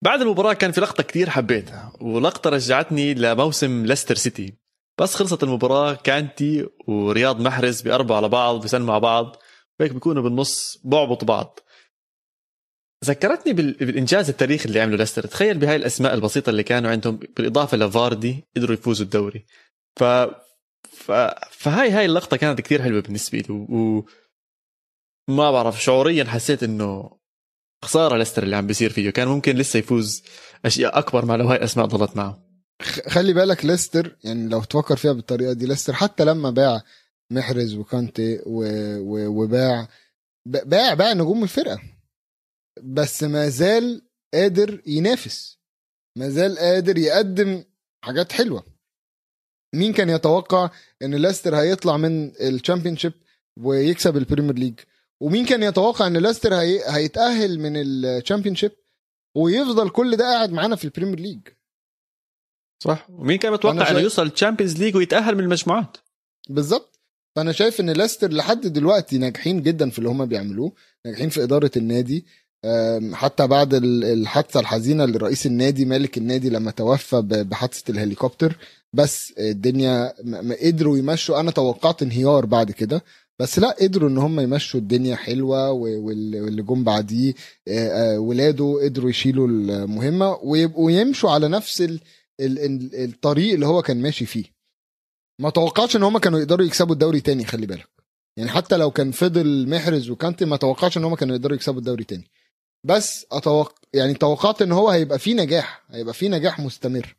بعد المباراة كان في لقطة كتير حبيتها، ولقطة رجعتني لموسم ليستر سيتي. بس خلصت المباراة كانتي ورياض محرز بيقربوا على بعض، بيسلموا على بعض، وهيك بيكونوا بالنص بعبط بعض. ذكرتني بالإنجاز التاريخي اللي عمله ليستر. تخيل بهاي الأسماء البسيطة اللي كانوا عندهم، بالإضافة لفاردي قدروا يفوزوا الدوري. ف... فهاي اللقطة كانت كتير حلوة بالنسبة لي، وما بعرف، شعوريا حسيت إنه خسارة ليستر اللي عم بيصير فيه، كان ممكن لسه يفوز أشياء أكبر مع لو هاي الأسماء ضلت معه. خلي بالك ليستر، يعني لو تفكر فيها بالطريقة دي، ليستر حتى لما باع محرز وكانتي وباع باع نجوم الفرقة، بس ما زال قادر ينافس، ما زال قادر يقدم حاجات حلوة. مين كان يتوقع ان ليستر هيطلع من الشامبيونشيب ويكسب البريمير ليج؟ ومين كان يتوقع ان ليستر هيتأهل من الشامبيونشيب ويفضل كل ده قاعد معانا في البريمير ليج؟ صح. ومين كان يتوقع انه يوصل الشامبيونز ليج ويتأهل من المجموعات؟ بالظبط. فانا شايف ان ليستر لحد دلوقتي ناجحين جدا في اللي هم بيعملوه، ناجحين في إدارة النادي. حتى بعد الحادثة الحزينة لرئيس النادي مالك النادي لما توفى بحادثة الهليكوبتر، بس الدنيا ما قدروا يمشوا. انا توقعت انهيار بعد كده، بس لا، قدروا ان هم يمشوا الدنيا حلوة. واللي جم بعديه ولاده قدروا يشيلوا المهمة ويبقوا يمشوا على نفس الطريق اللي هو كان ماشي فيه. ما توقعش ان هم كانوا يقدروا يكسبوا الدوري تاني، خلي بالك. يعني حتى لو كان فضل محرز وكانتي، ما توقعش ان هم كانوا يقدروا يكسبوا الدوري تاني. بس يعني توقعت ان هو هيبقى فيه نجاح، هيبقى فيه نجاح مستمر.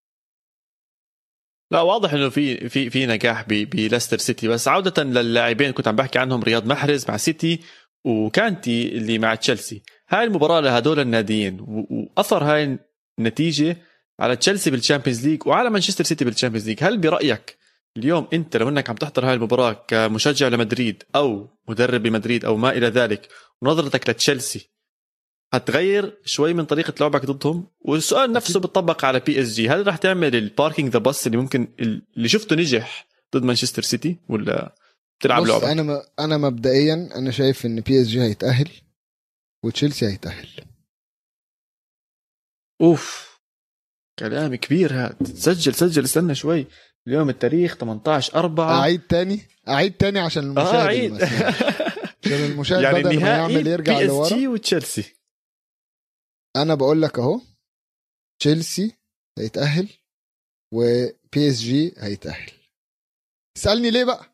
لا، واضح انه في نجاح بليستر سيتي. بس عودة للاعبين كنت عم بحكي عنهم، رياض محرز مع سيتي وكانتي اللي مع تشيلسي. هاي المباراة لهدول الناديين واثر هاي النتيجة على تشيلسي بالشامبيونز ليج وعلى مانشستر سيتي بالشامبيونز ليج. هل برأيك اليوم انت لو انك عم تحضر هاي المباراة كمشجع لمدريد او مدرب بمدريد او ما الى ذلك، ونظرتك لتشيلسي هتغير شوي من طريقة لعبك ضدهم؟ والسؤال نفسه بتطبق على بي اس جي، هل راح تعمل الباركينج ذا باص اللي ممكن اللي شفته نجح ضد مانشستر سيتي، ولا تلعب لعبك؟ انا مبدئيا انا شايف ان بي اس جي هيتأهل وتشيلسي هيتأهل. اوف، كلام كبير هذا. سجل استنى شوي. اليوم التاريخ 18/4. اعيد تاني عشان المشاهد عشان المشاهد يعني بدل ما يعمل يرجع لورا. بي اس جي وتشيلسي. انا بقول لك اهو، تشيلسي هيتأهل وبي اس جي هيتأهل. اسألني ليه بقى؟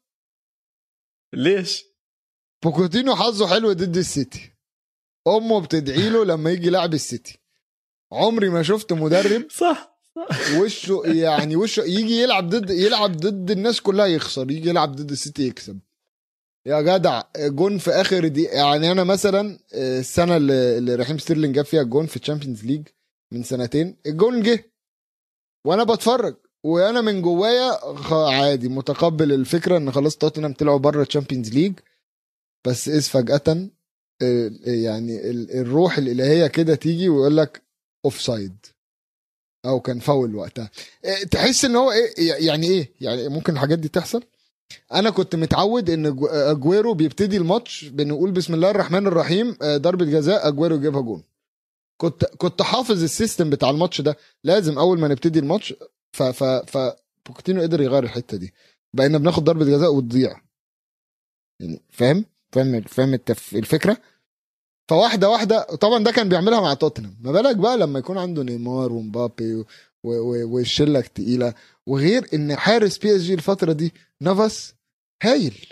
ليش؟ بوكوتينو حظه حلو ضد السيتي، امه بتدعي له لما يجي لاعب السيتي. عمري ما شفت مدرب صح وشه يجي يلعب ضد الناس كلها يخسر، يجي يلعب ضد السيتي يكسب. يا جدع، جون في اخر دي. يعني انا مثلا السنه اللي رحيم ستيرلينج جاب فيها الجون في الشامبيونز ليج من سنتين، الجون جه وانا بتفرج وانا من جوايا عادي متقبل الفكره ان خلاص توتنهام طلعوا بره الشامبيونز ليج. بس فجاه يعني الروح الالهيه كده تيجي ويقول لك اوف سايد او كان فاول وقتها. تحس ان هو يعني ممكن الحاجات دي تحصل. انا كنت متعود ان اجويرو بيبتدي الماتش بنقول بسم الله الرحمن الرحيم، ضربة جزاء اجويرو يجيبها جون. كنت حافظ السيستم بتاع الماتش ده، لازم اول ما نبتدي الماتش. ف بوكيتينو قدر يغير الحتة دي، بقينا بناخد ضربة جزاء وتضيع. يعني فاهم الفكرة. فواحدة واحدة طبعا ده كان بيعملها مع توتنهام، ما بالك بقى لما يكون عنده نيمار ومبابي والشلة التقيلة. وغير ان حارس بي اس جي الفترة دي نافاس هايل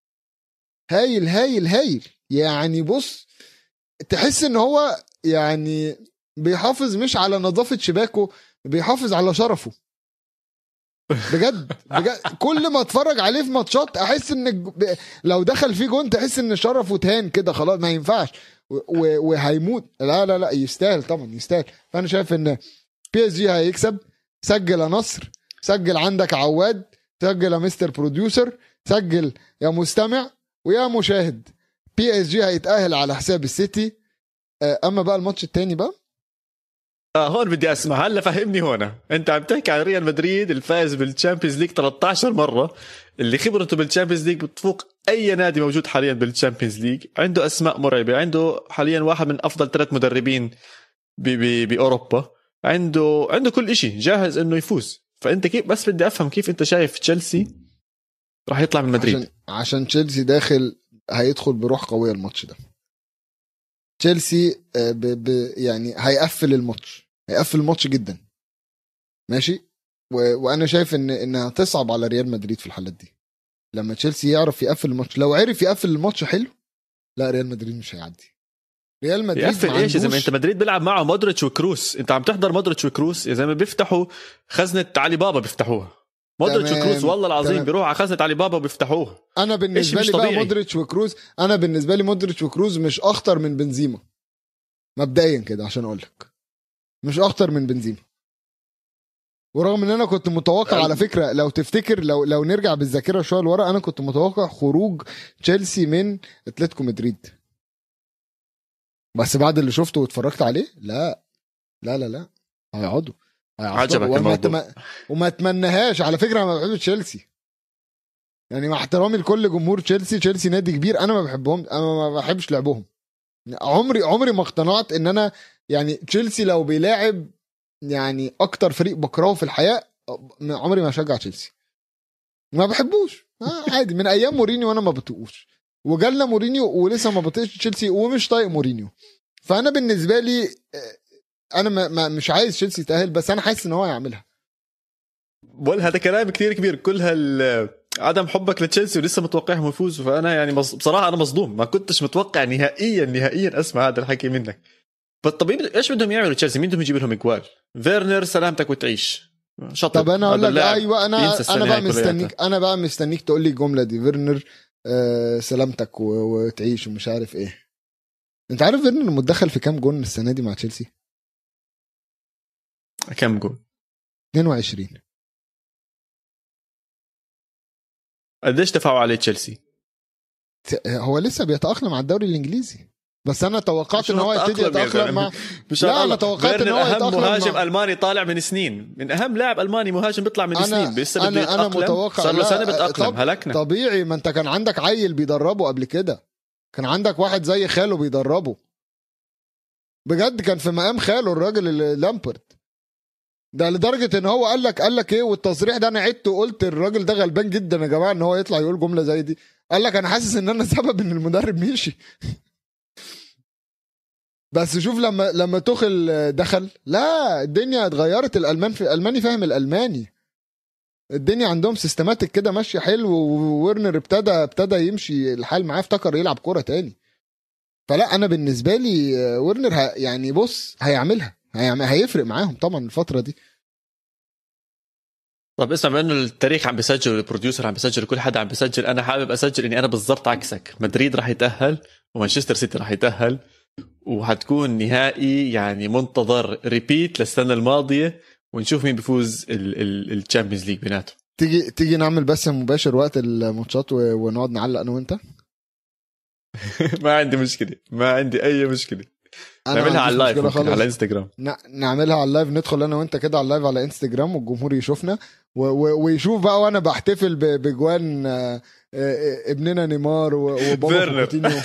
هايل هايل هايل. يعني بص، تحس ان هو يعني بيحافظ مش على نظافة شباكه، بيحافظ على شرفه. بجد كل ما اتفرج عليه في ماتشات احس ان لو دخل فيه جون تحس ان شرفه تهان كده، خلاص ما ينفعش وهيموت. لا يستاهل طبعا، يستاهل. فانا شايف ان بي اس جي هيكسب. سجل يا نصر، سجل عندك عواد، سجل يا مستر بروديوسر، سجل يا مستمع ويا مشاهد. بي اس جي هيتأهل على حساب السيتي. اما بقى الماتش التاني بقى، هون بدي اسمع. هلا فهمني، هون انت عم تحكي عن ريال مدريد الفائز بالتشامبيونز ليج 13 مره، اللي خبرته بالتشامبيونز ليج بتفوق اي نادي موجود حاليا بالتشامبيونز ليج، عنده اسماء مرعبه، عنده حاليا واحد من افضل 3 مدربين باوروبا، عنده كل إشي جاهز انه يفوز. فانت كيف، بس بدي افهم كيف انت شايف تشيلسي راح يطلع من مدريد؟ عشان تشيلسي داخل هيدخل بروح قويه الماتش ده. تشيلسي يعني هيقفل الماتش جدا ماشي. وانا شايف انها تصعب على ريال مدريد في الحالات دي. لما تشيلسي يعرف يقفل الماتش، لو عرف يقفل الماتش حلو، لا ريال مدريد مش هيعدي. ريال مدريد يقفل ايش يا زلمه؟ انت مدريد بيلعب معه مودريتش وكروس، انت عم تحضر مودريتش وكروس يا زلمه، بيفتحوا خزنه علي بابا بيفتحوها. مودريتش وكروس والله العظيم بيروحوا على خزنه علي بابا وبيفتحوها. انا بالنسبه لي بقى مودريتش وكروز مش اخطر من بنزيما مبدئيا كده، عشان اقول لك مش اخطر من بنزيما. ورغم ان انا كنت متوقع على فكره، لو تفتكر، لو نرجع بالذاكره شويه لورا، انا كنت متوقع خروج تشيلسي من اتلتيكو مدريد، بس بعد اللي شفته واتفرجت عليه لا لا لا لا هيقعدوا. عجبك الموضوع؟ وما اتمناهاش على فكره. انا ما بحبش تشيلسي يعني، مع احترامي لكل جمهور تشيلسي نادي كبير، انا ما بحبهم، انا ما بحبش لعبهم. عمري ما اقتنعت ان انا يعني تشيلسي لو بيلاعب يعني اكتر فريق بكرهه في الحياه، عمري ما اشجع تشيلسي، ما بحبوش. عادي من ايام مورينيو وانا ما بطيقوش، وجالنا مورينيو ولسه ما بطيقش تشيلسي ومش طايق مورينيو. فانا بالنسبه لي انا مش عايز تشيلسي يتاهل، بس انا حاسس ان هو هيعملها. هذا كلام كتير كبير، كل عدم حبك لتشيلسي ولسه متوقعهم يفوزوا. فانا يعني بصراحه انا مصدوم، ما كنتش متوقع نهائيا اسمع هذا الحكي منك. فالطبيب ايش بدهم يعملوا تشيلسي؟ مين بدهم يجيب لهم اجوال؟ فيرنر سلامتك وتعيش شطب. طب انا اقول لك ايوه، انا بقى مستنيك تقول لي الجمله دي، فيرنر سلامتك وتعيش ومش عارف ايه. انت عارف فيرنر متدخل في كام جون السنه دي مع تشيلسي؟ كام جون؟ 22. قديش دفعوا عليه تشيلسي؟ هو لسه بيتأقلم على الدوري الانجليزي، بس انا توقعت ان هو يبتدي يتأقلم مع لا انا توقعت ان هو اهم مهاجم الماني طالع من سنين، من اهم لاعب الماني مهاجم بيطلع من سنين، لسه بده يتأقلم. انا متوقع صار له سنه بيتأقلم. هلكنا طبيعي، ما انت كان عندك عيل بيدربه قبل كده، كان عندك واحد زي خاله بيدربه بجد، كان في مقام خاله الراجل اللي لامبرد ده، لدرجه ان هو قال لك ايه، والتصريح ده انا عدته وقلت الراجل ده غلبان جدا يا جماعه ان هو يطلع يقول جمله زي دي. قال لك انا حاسس ان انا سبب ان المدرب مشي. بس شوف لما تخل دخل، لا الدنيا اتغيرت. الالماني فاهم الالماني، الدنيا عندهم سيستماتيك كده ماشيه حلو، وورنر ابتدى يمشي الحال معاه، افتكر يلعب كوره تاني. فلا انا بالنسبه لي ورنر يعني بص هيعملها، هيفرق معاهم طبعا الفتره دي. طب اسمع، بما انه التاريخ عم بيسجل والبروديوسر عم بيسجل وكل حدا عم بيسجل، انا حابب اسجل اني انا بالضبط عكسك. مدريد راح يتاهل ومانشستر سيتي راح يتاهل، وحتكون نهائي يعني منتظر ريبيت للسنه الماضيه، ونشوف مين بيفوز الشامبيونز ليج بيناتهم. تيجي نعمل بس مباشر وقت الماتشات ونقعد نعلق انا وانت. ما عندي مشكله، ما عندي اي مشكله. نعملها على اللايف على انستغرام. نعملها على اللايف، ندخل انا وانت كده على اللايف على انستغرام، والجمهور يشوفنا ويشوف بقى، وانا بحتفل بجوان ابننا نيمار وبابا كوتينيو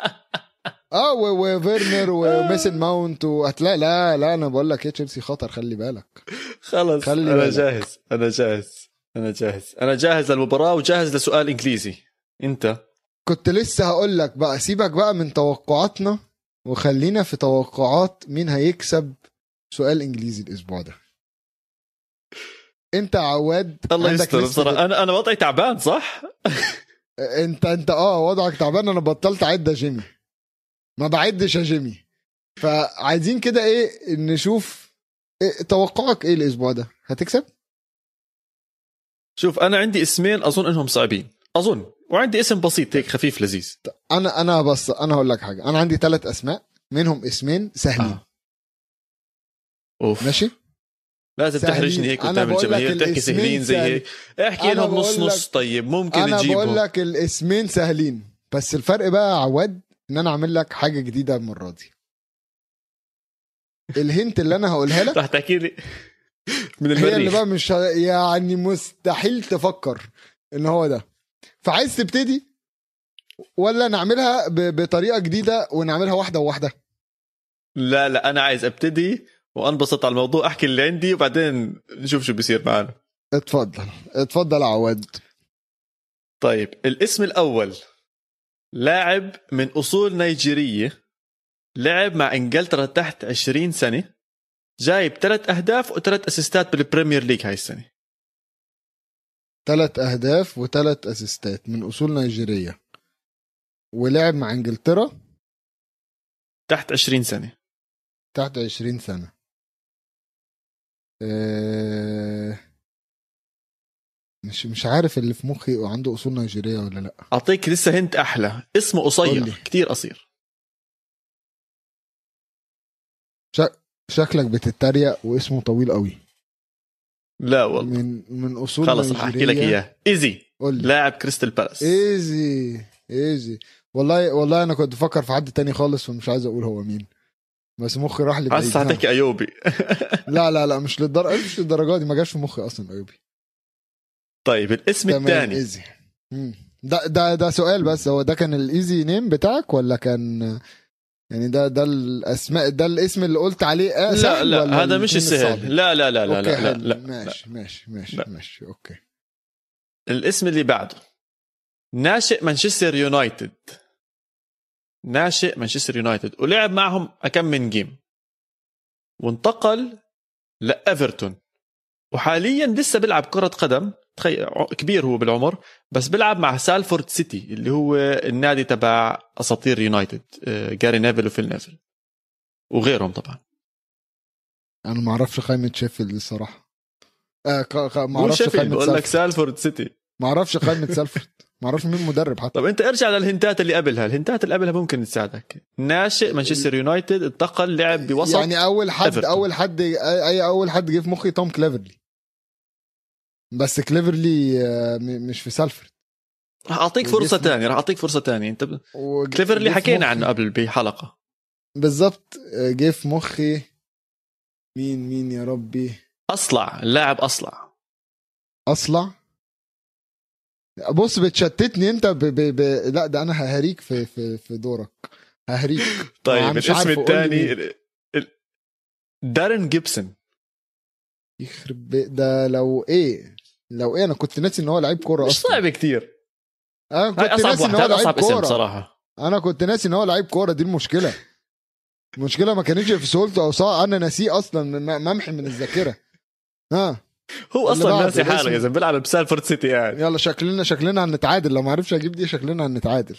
وفيرنر وميسن ماونت وهتلاقي. لا انا بقول لك ايه، تشيلسي خطر، خلي بالك. خلص انا جاهز للمباراه وجاهز لسؤال انجليزي. انت كنت لسه هقول لك بقى، سيبك بقى من توقعاتنا وخلينا في توقعات مين هيكسب سؤال انجليزي الاسبوع ده. انت عواد الله يستر بصراحه، انا وضعي تعبان صح. انت وضعك تعبان. انا بطلت اعد يا جيمي، ما بعدش يا جيمي. فعايزين كده ايه نشوف توقعك ايه الاسبوع ده، هتكسب؟ شوف انا عندي اسمين اظن انهم صعبين اظن، وعندي اسم بسيط هيك خفيف لذيذ. انا بس انا هقول لك حاجه، انا عندي 3 اسماء منهم اسمين سهلين. أوف. ماشي لازم تحرجني هيك قدام الجماهير تحكي سهلين زي هيك، احكي لهم نص. طيب ممكن نجيبهم. انا بقول لك الاسمين سهلين، بس الفرق بقى عواد ان انا اعمل لك حاجه جديده المره دي. الهنت اللي انا هقولها لك راح تحكي لي من المريخ، هي اللي بقى مش يعني مستحيل تفكر ان هو ده. فعايز تبتدي ولا نعملها بطريقه جديده ونعملها واحده وواحده؟ لا لا انا عايز ابتدي وانبسط على الموضوع، احكي اللي عندي وبعدين نشوف شو بيصير معنا. اتفضل عواد. طيب الاسم الاول لاعب من اصول نيجيريه، لعب مع انجلترا تحت 20 سنه، جايب 3 أهداف و3 أسيستات بالبريمير ليج هاي السنة. 3 أهداف و3 أسيستات، من أصول نيجيرية، ولعب مع إنجلترا تحت 20 سنة. تحت 20 سنة. مش عارف اللي في مخي عنده أصول نيجيرية ولا لأ. أعطيك لسه هنت أحلى، اسمه قصير كتير قصير. شكلك بتتريق واسمه طويل قوي. لا والله من اصول خلص رح احكي لك اياه. ايزي، لاعب كريستال بالاس. ايزي والله انا كنت بفكر في حد تاني خالص ومش عايز اقول هو مين، بس مخي راح لي بعيد. هسه هتحكي ايوبي. لا مش للدرجه دي، ما جاش في مخي اصلا ايوبي. طيب الاسم الثاني ايزي. ده سؤال بس، هو ده كان الايزي نيم بتاعك ولا كان يعني ده الاسماء، ده الاسم اللي قلت عليه سهل؟ لا هذا مش السهل. لا ماشي اوكي. الاسم اللي بعده ناشئ مانشستر يونايتد، ولعب معهم كم من جيم، وانتقل لإيفرتون، وحاليا لسه بيلعب كرة قدم. كبير هو بالعمر، بس بيلعب مع سالفورد سيتي اللي هو النادي تبع أساطير يونايتد، جاري نيفل وفيل نيفل وغيرهم طبعا. أنا ما أعرفش قائمة شيفيلد الصراحة. ما أعرفش قائمة بقول لك سالفورد سيتي، ما أعرفش قائمة سالفورد، ما أعرفش مين مدرب حتى. طب أنت ارجع للهنتات اللي قبلها، الهنتات اللي قبلها ممكن تساعدك. ناشئ مانشستر يونايتد، انتقل لعب بوسط يعني أول حد جه في مخي توم كليفرلي، بس كليفرلي مش في سالفورد. راح أعطيك فرصة تانية. أنت كليفرلي حكينا عنه قبل بحلقة. بالضبط. جه في مخي مين يا ربي؟ اللاعب أصلع. بص بتشتتني انت لا ده انا ههريك في دورك، ههريك. طيب الاسم الثاني دارين جيبسون. يخرب ده لو ايه انا كنت ناسي ان هو لعيب كوره اصلا. مش صعب كتير. انا كنت ناسي ان هو لعيب كوره صراحه. انا كنت ناسي ان هو لعيب كوره، دي المشكله ما كانتش في سهولته او صعب، انا ناسيه اصلا، ممحي من الذاكره. هو اصلا ناسي حاله اذا بيلعب بسالفورد سيتي يعني. يلا شكلنا هنتعادل، لو ما عرفش اجيب دي شكلنا هنتعادل.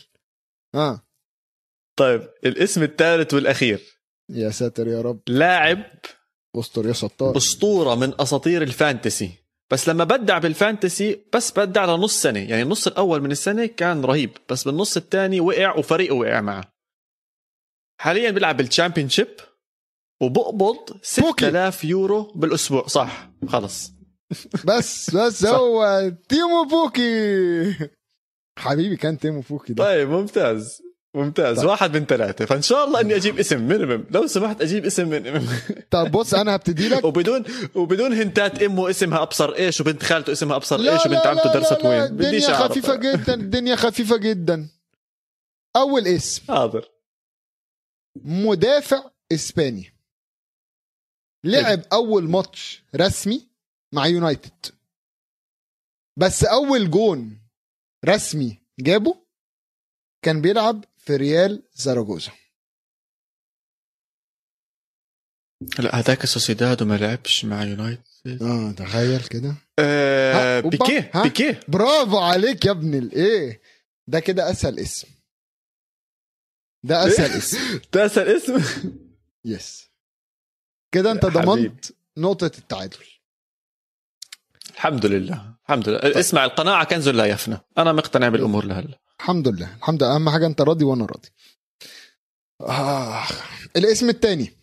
طيب الاسم الثالث والاخير. يا ساتر يا رب. لاعب اسطوره يا ستار، اسطوره من اساطير الفانتسي، بس لما بدع بالفانتسي بس بدع لنص سنه، يعني النص الاول من السنه كان رهيب، بس بالنص الثاني وقع وفريقه وقع معه. حاليا بيلعب بالتشامبيونشيب وبقبض 6000 يورو بالاسبوع. صح خلص. بس هو تيمو بوكي حبيبي، كان تيمو بوكي ده. طيب ممتاز. طيب. 1 من 3، فان شاء الله اني اجيب اسم مينيمم، لو سمحت اجيب اسم مينيمم. طب بص انا هبتدي لك وبدون هنتات. امه اسمها ابصر ايش، وبنت خالته اسمها ابصر ايش، وبنت عمته درست وين. الدنيا خفيفه جدا، الدنيا خفيفه جدا. اول اسم حاضر. مدافع اسباني، لعب اول ماتش رسمي مع يونايتد، بس اول جون رسمي جابه كان بيلعب في ريال زاراغوزا. لا هذاك سوسيداد وما لعبش مع يونايتد. تخيل كده. بيكيه. برافو عليك يا ابن الايه، ده كده اسهل اسم. ده اسهل اسم. يس كده انت ضمنت نقطة التعادل. الحمد لله. اسمع، القناعة كنز لا يفنى، انا مقتنع بالامور لهلا. الحمد لله اهم حاجة انت راضي وانا راضي. الاسم الثاني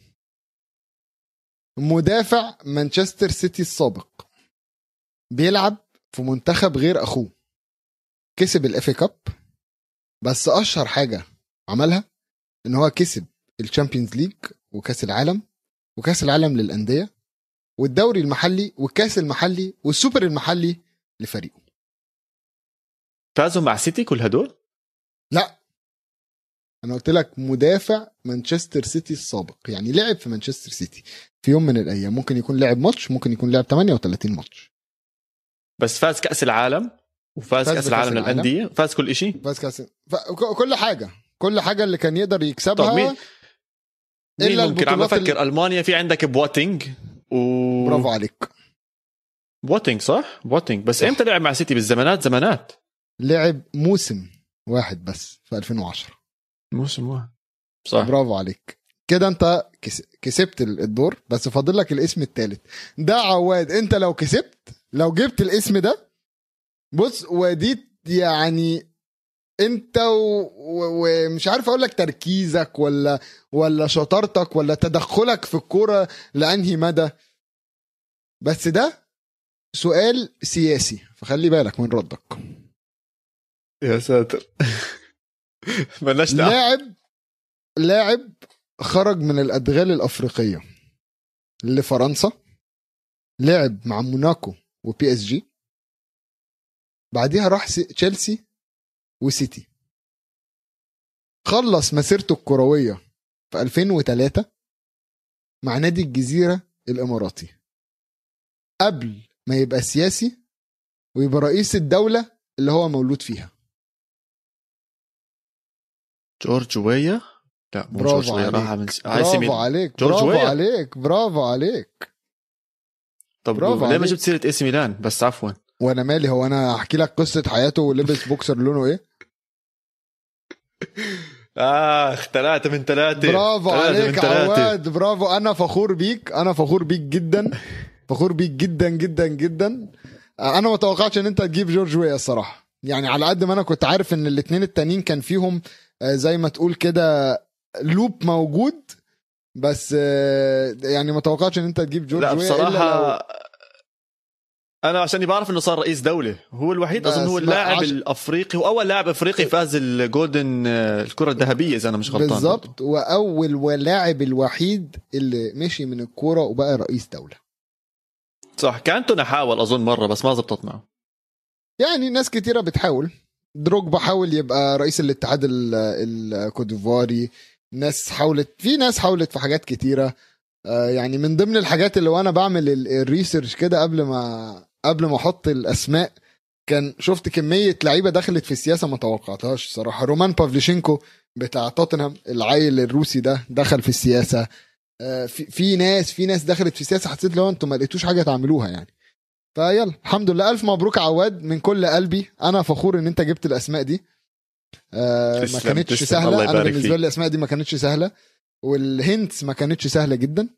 مدافع مانشستر سيتي السابق، بيلعب في منتخب غير اخوه، كسب الافي كاب، بس اشهر حاجة عملها ان هو كسب الشامبيونز ليج وكاس العالم وكاس العالم للأندية والدوري المحلي والكاس المحلي والسوبر المحلي لفريقه. فازوا مع سيتي كل هدول؟ لا انا قلت لك مدافع مانشستر سيتي السابق، يعني لعب في مانشستر سيتي في يوم من الايام، ممكن يكون لعب ماتش، ممكن يكون لعب 38 ماتش. بس فاز كأس العالم وفاز كأس العالم للأندية، فاز كل إشي، فاز كأس كل حاجة اللي كان يقدر يكسبها. طب مين ممكن عم بفكر ألمانيا في عندك بواتينج برافو عليك، بواتينج صح بواتينج، بس امتى لعب مع سيتي؟ بالزمانات لعب موسم واحد بس في 2010، موسم واحد صح. برافو عليك كده، انت كسبت الدور، بس فاضل لك الاسم الثالث ده. عواد انت لو كسبت، لو جبت الاسم ده، بص ودي يعني انت ومش عارف اقول لك تركيزك ولا شطارتك ولا تدخلك في الكوره لانهي مدى، بس ده سؤال سياسي فخلي بالك من ردك. يا ساتر. بلاش لاعب خرج من الادغال الافريقيه لفرنسا، لعب مع موناكو وبي اس جي، بعديها راح تشيلسي وسيتي، خلص مسيرته الكرويه في 2003 مع نادي الجزيره الاماراتي، قبل ما يبقى سياسي ويبقى رئيس الدوله اللي هو مولود فيها. جورج ويا؟ لا مو برافو جورج ويا، راح عليك، برافو عليك، جورج برافو ويا. عليك، برافو عليك. طب برافو ليه ما عليك. جبت سيرة اسم ميلان بس؟ عفوا، وانا مالي، هو انا احكي لك قصه حياته ولبس بوكسر لونه ايه؟ ثلاثة من ثلاثة. برافو عليك عواد، برافو. انا فخور بيك، انا فخور بيك جدا، فخور بيك جدا جدا جدا. انا ما توقعتش ان انت تجيب جورج ويا الصراحه، يعني على قد ما انا كنت عارف ان الاثنين التانيين كان فيهم زي ما تقول كده لوب موجود، بس يعني ما توقعتش ان انت تجيب جورج ويا. لا بصراحة انا عشان بعرف انه صار رئيس دولة، هو الوحيد اظن، هو اللاعب الافريقي واول لاعب افريقي فاز الجولدن الكرة الذهبية اذا انا مش غلطان. بالظبط، واول ولاعب الوحيد اللي مشي من الكرة وبقى رئيس دولة. صح، كانت نحاول اظن مرة بس ما زبطت معه. يعني ناس كتيرة بتحاول، دروجبا حاول يبقى رئيس الاتحاد الكوديفواري، ناس حاولت، في ناس حاولت في حاجات كتيرة. يعني من ضمن الحاجات اللي وانا بعمل الريسيرش كده قبل ما احط الاسماء، كان شفت كمية لعيبة دخلت في السياسة ما توقعتهاش صراحة. رومان بافليشينكو بتاع توتنهام، العيل الروسي ده دخل في السياسة. في ناس دخلت في السياسة، حسيت لو انتم ما لقيتوش حاجة تعملوها يعني. فيلا الحمد لله، ألف مبروك عواد من كل قلبي، أنا فخور إن أنت جبت الأسماء دي. ما كانتش سهلة، أنا بالنسبة لي الأسماء دي ما كانتش سهلة، والهنتس ما كانتش سهلة جدا.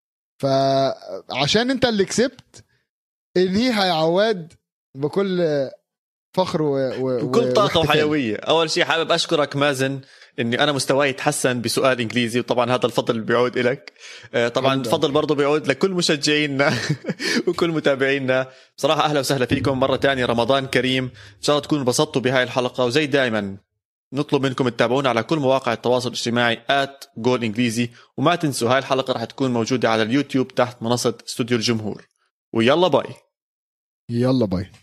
فعشان أنت اللي كسبت، انهيها يا عواد بكل فخر بكل طاقة وحيوية. أول شيء حابب أشكرك مازن إني أنا مستواي يتحسن بسؤال إنجليزي، وطبعا هذا الفضل بيعود إليك. طبعا الفضل برضو بيعود لكل مشجعينا وكل متابعينا. بصراحة أهلا وسهلا فيكم مرة تانية، رمضان كريم، إن شاء الله تكونوا انبسطتوا بهاي الحلقة. وزي دائما نطلب منكم تتابعونا على كل مواقع التواصل الاجتماعي @goalenglizy، وما تنسوا هاي الحلقة راح تكون موجودة على اليوتيوب تحت منصة استوديو الجمهور. ويلا باي. يلا باي.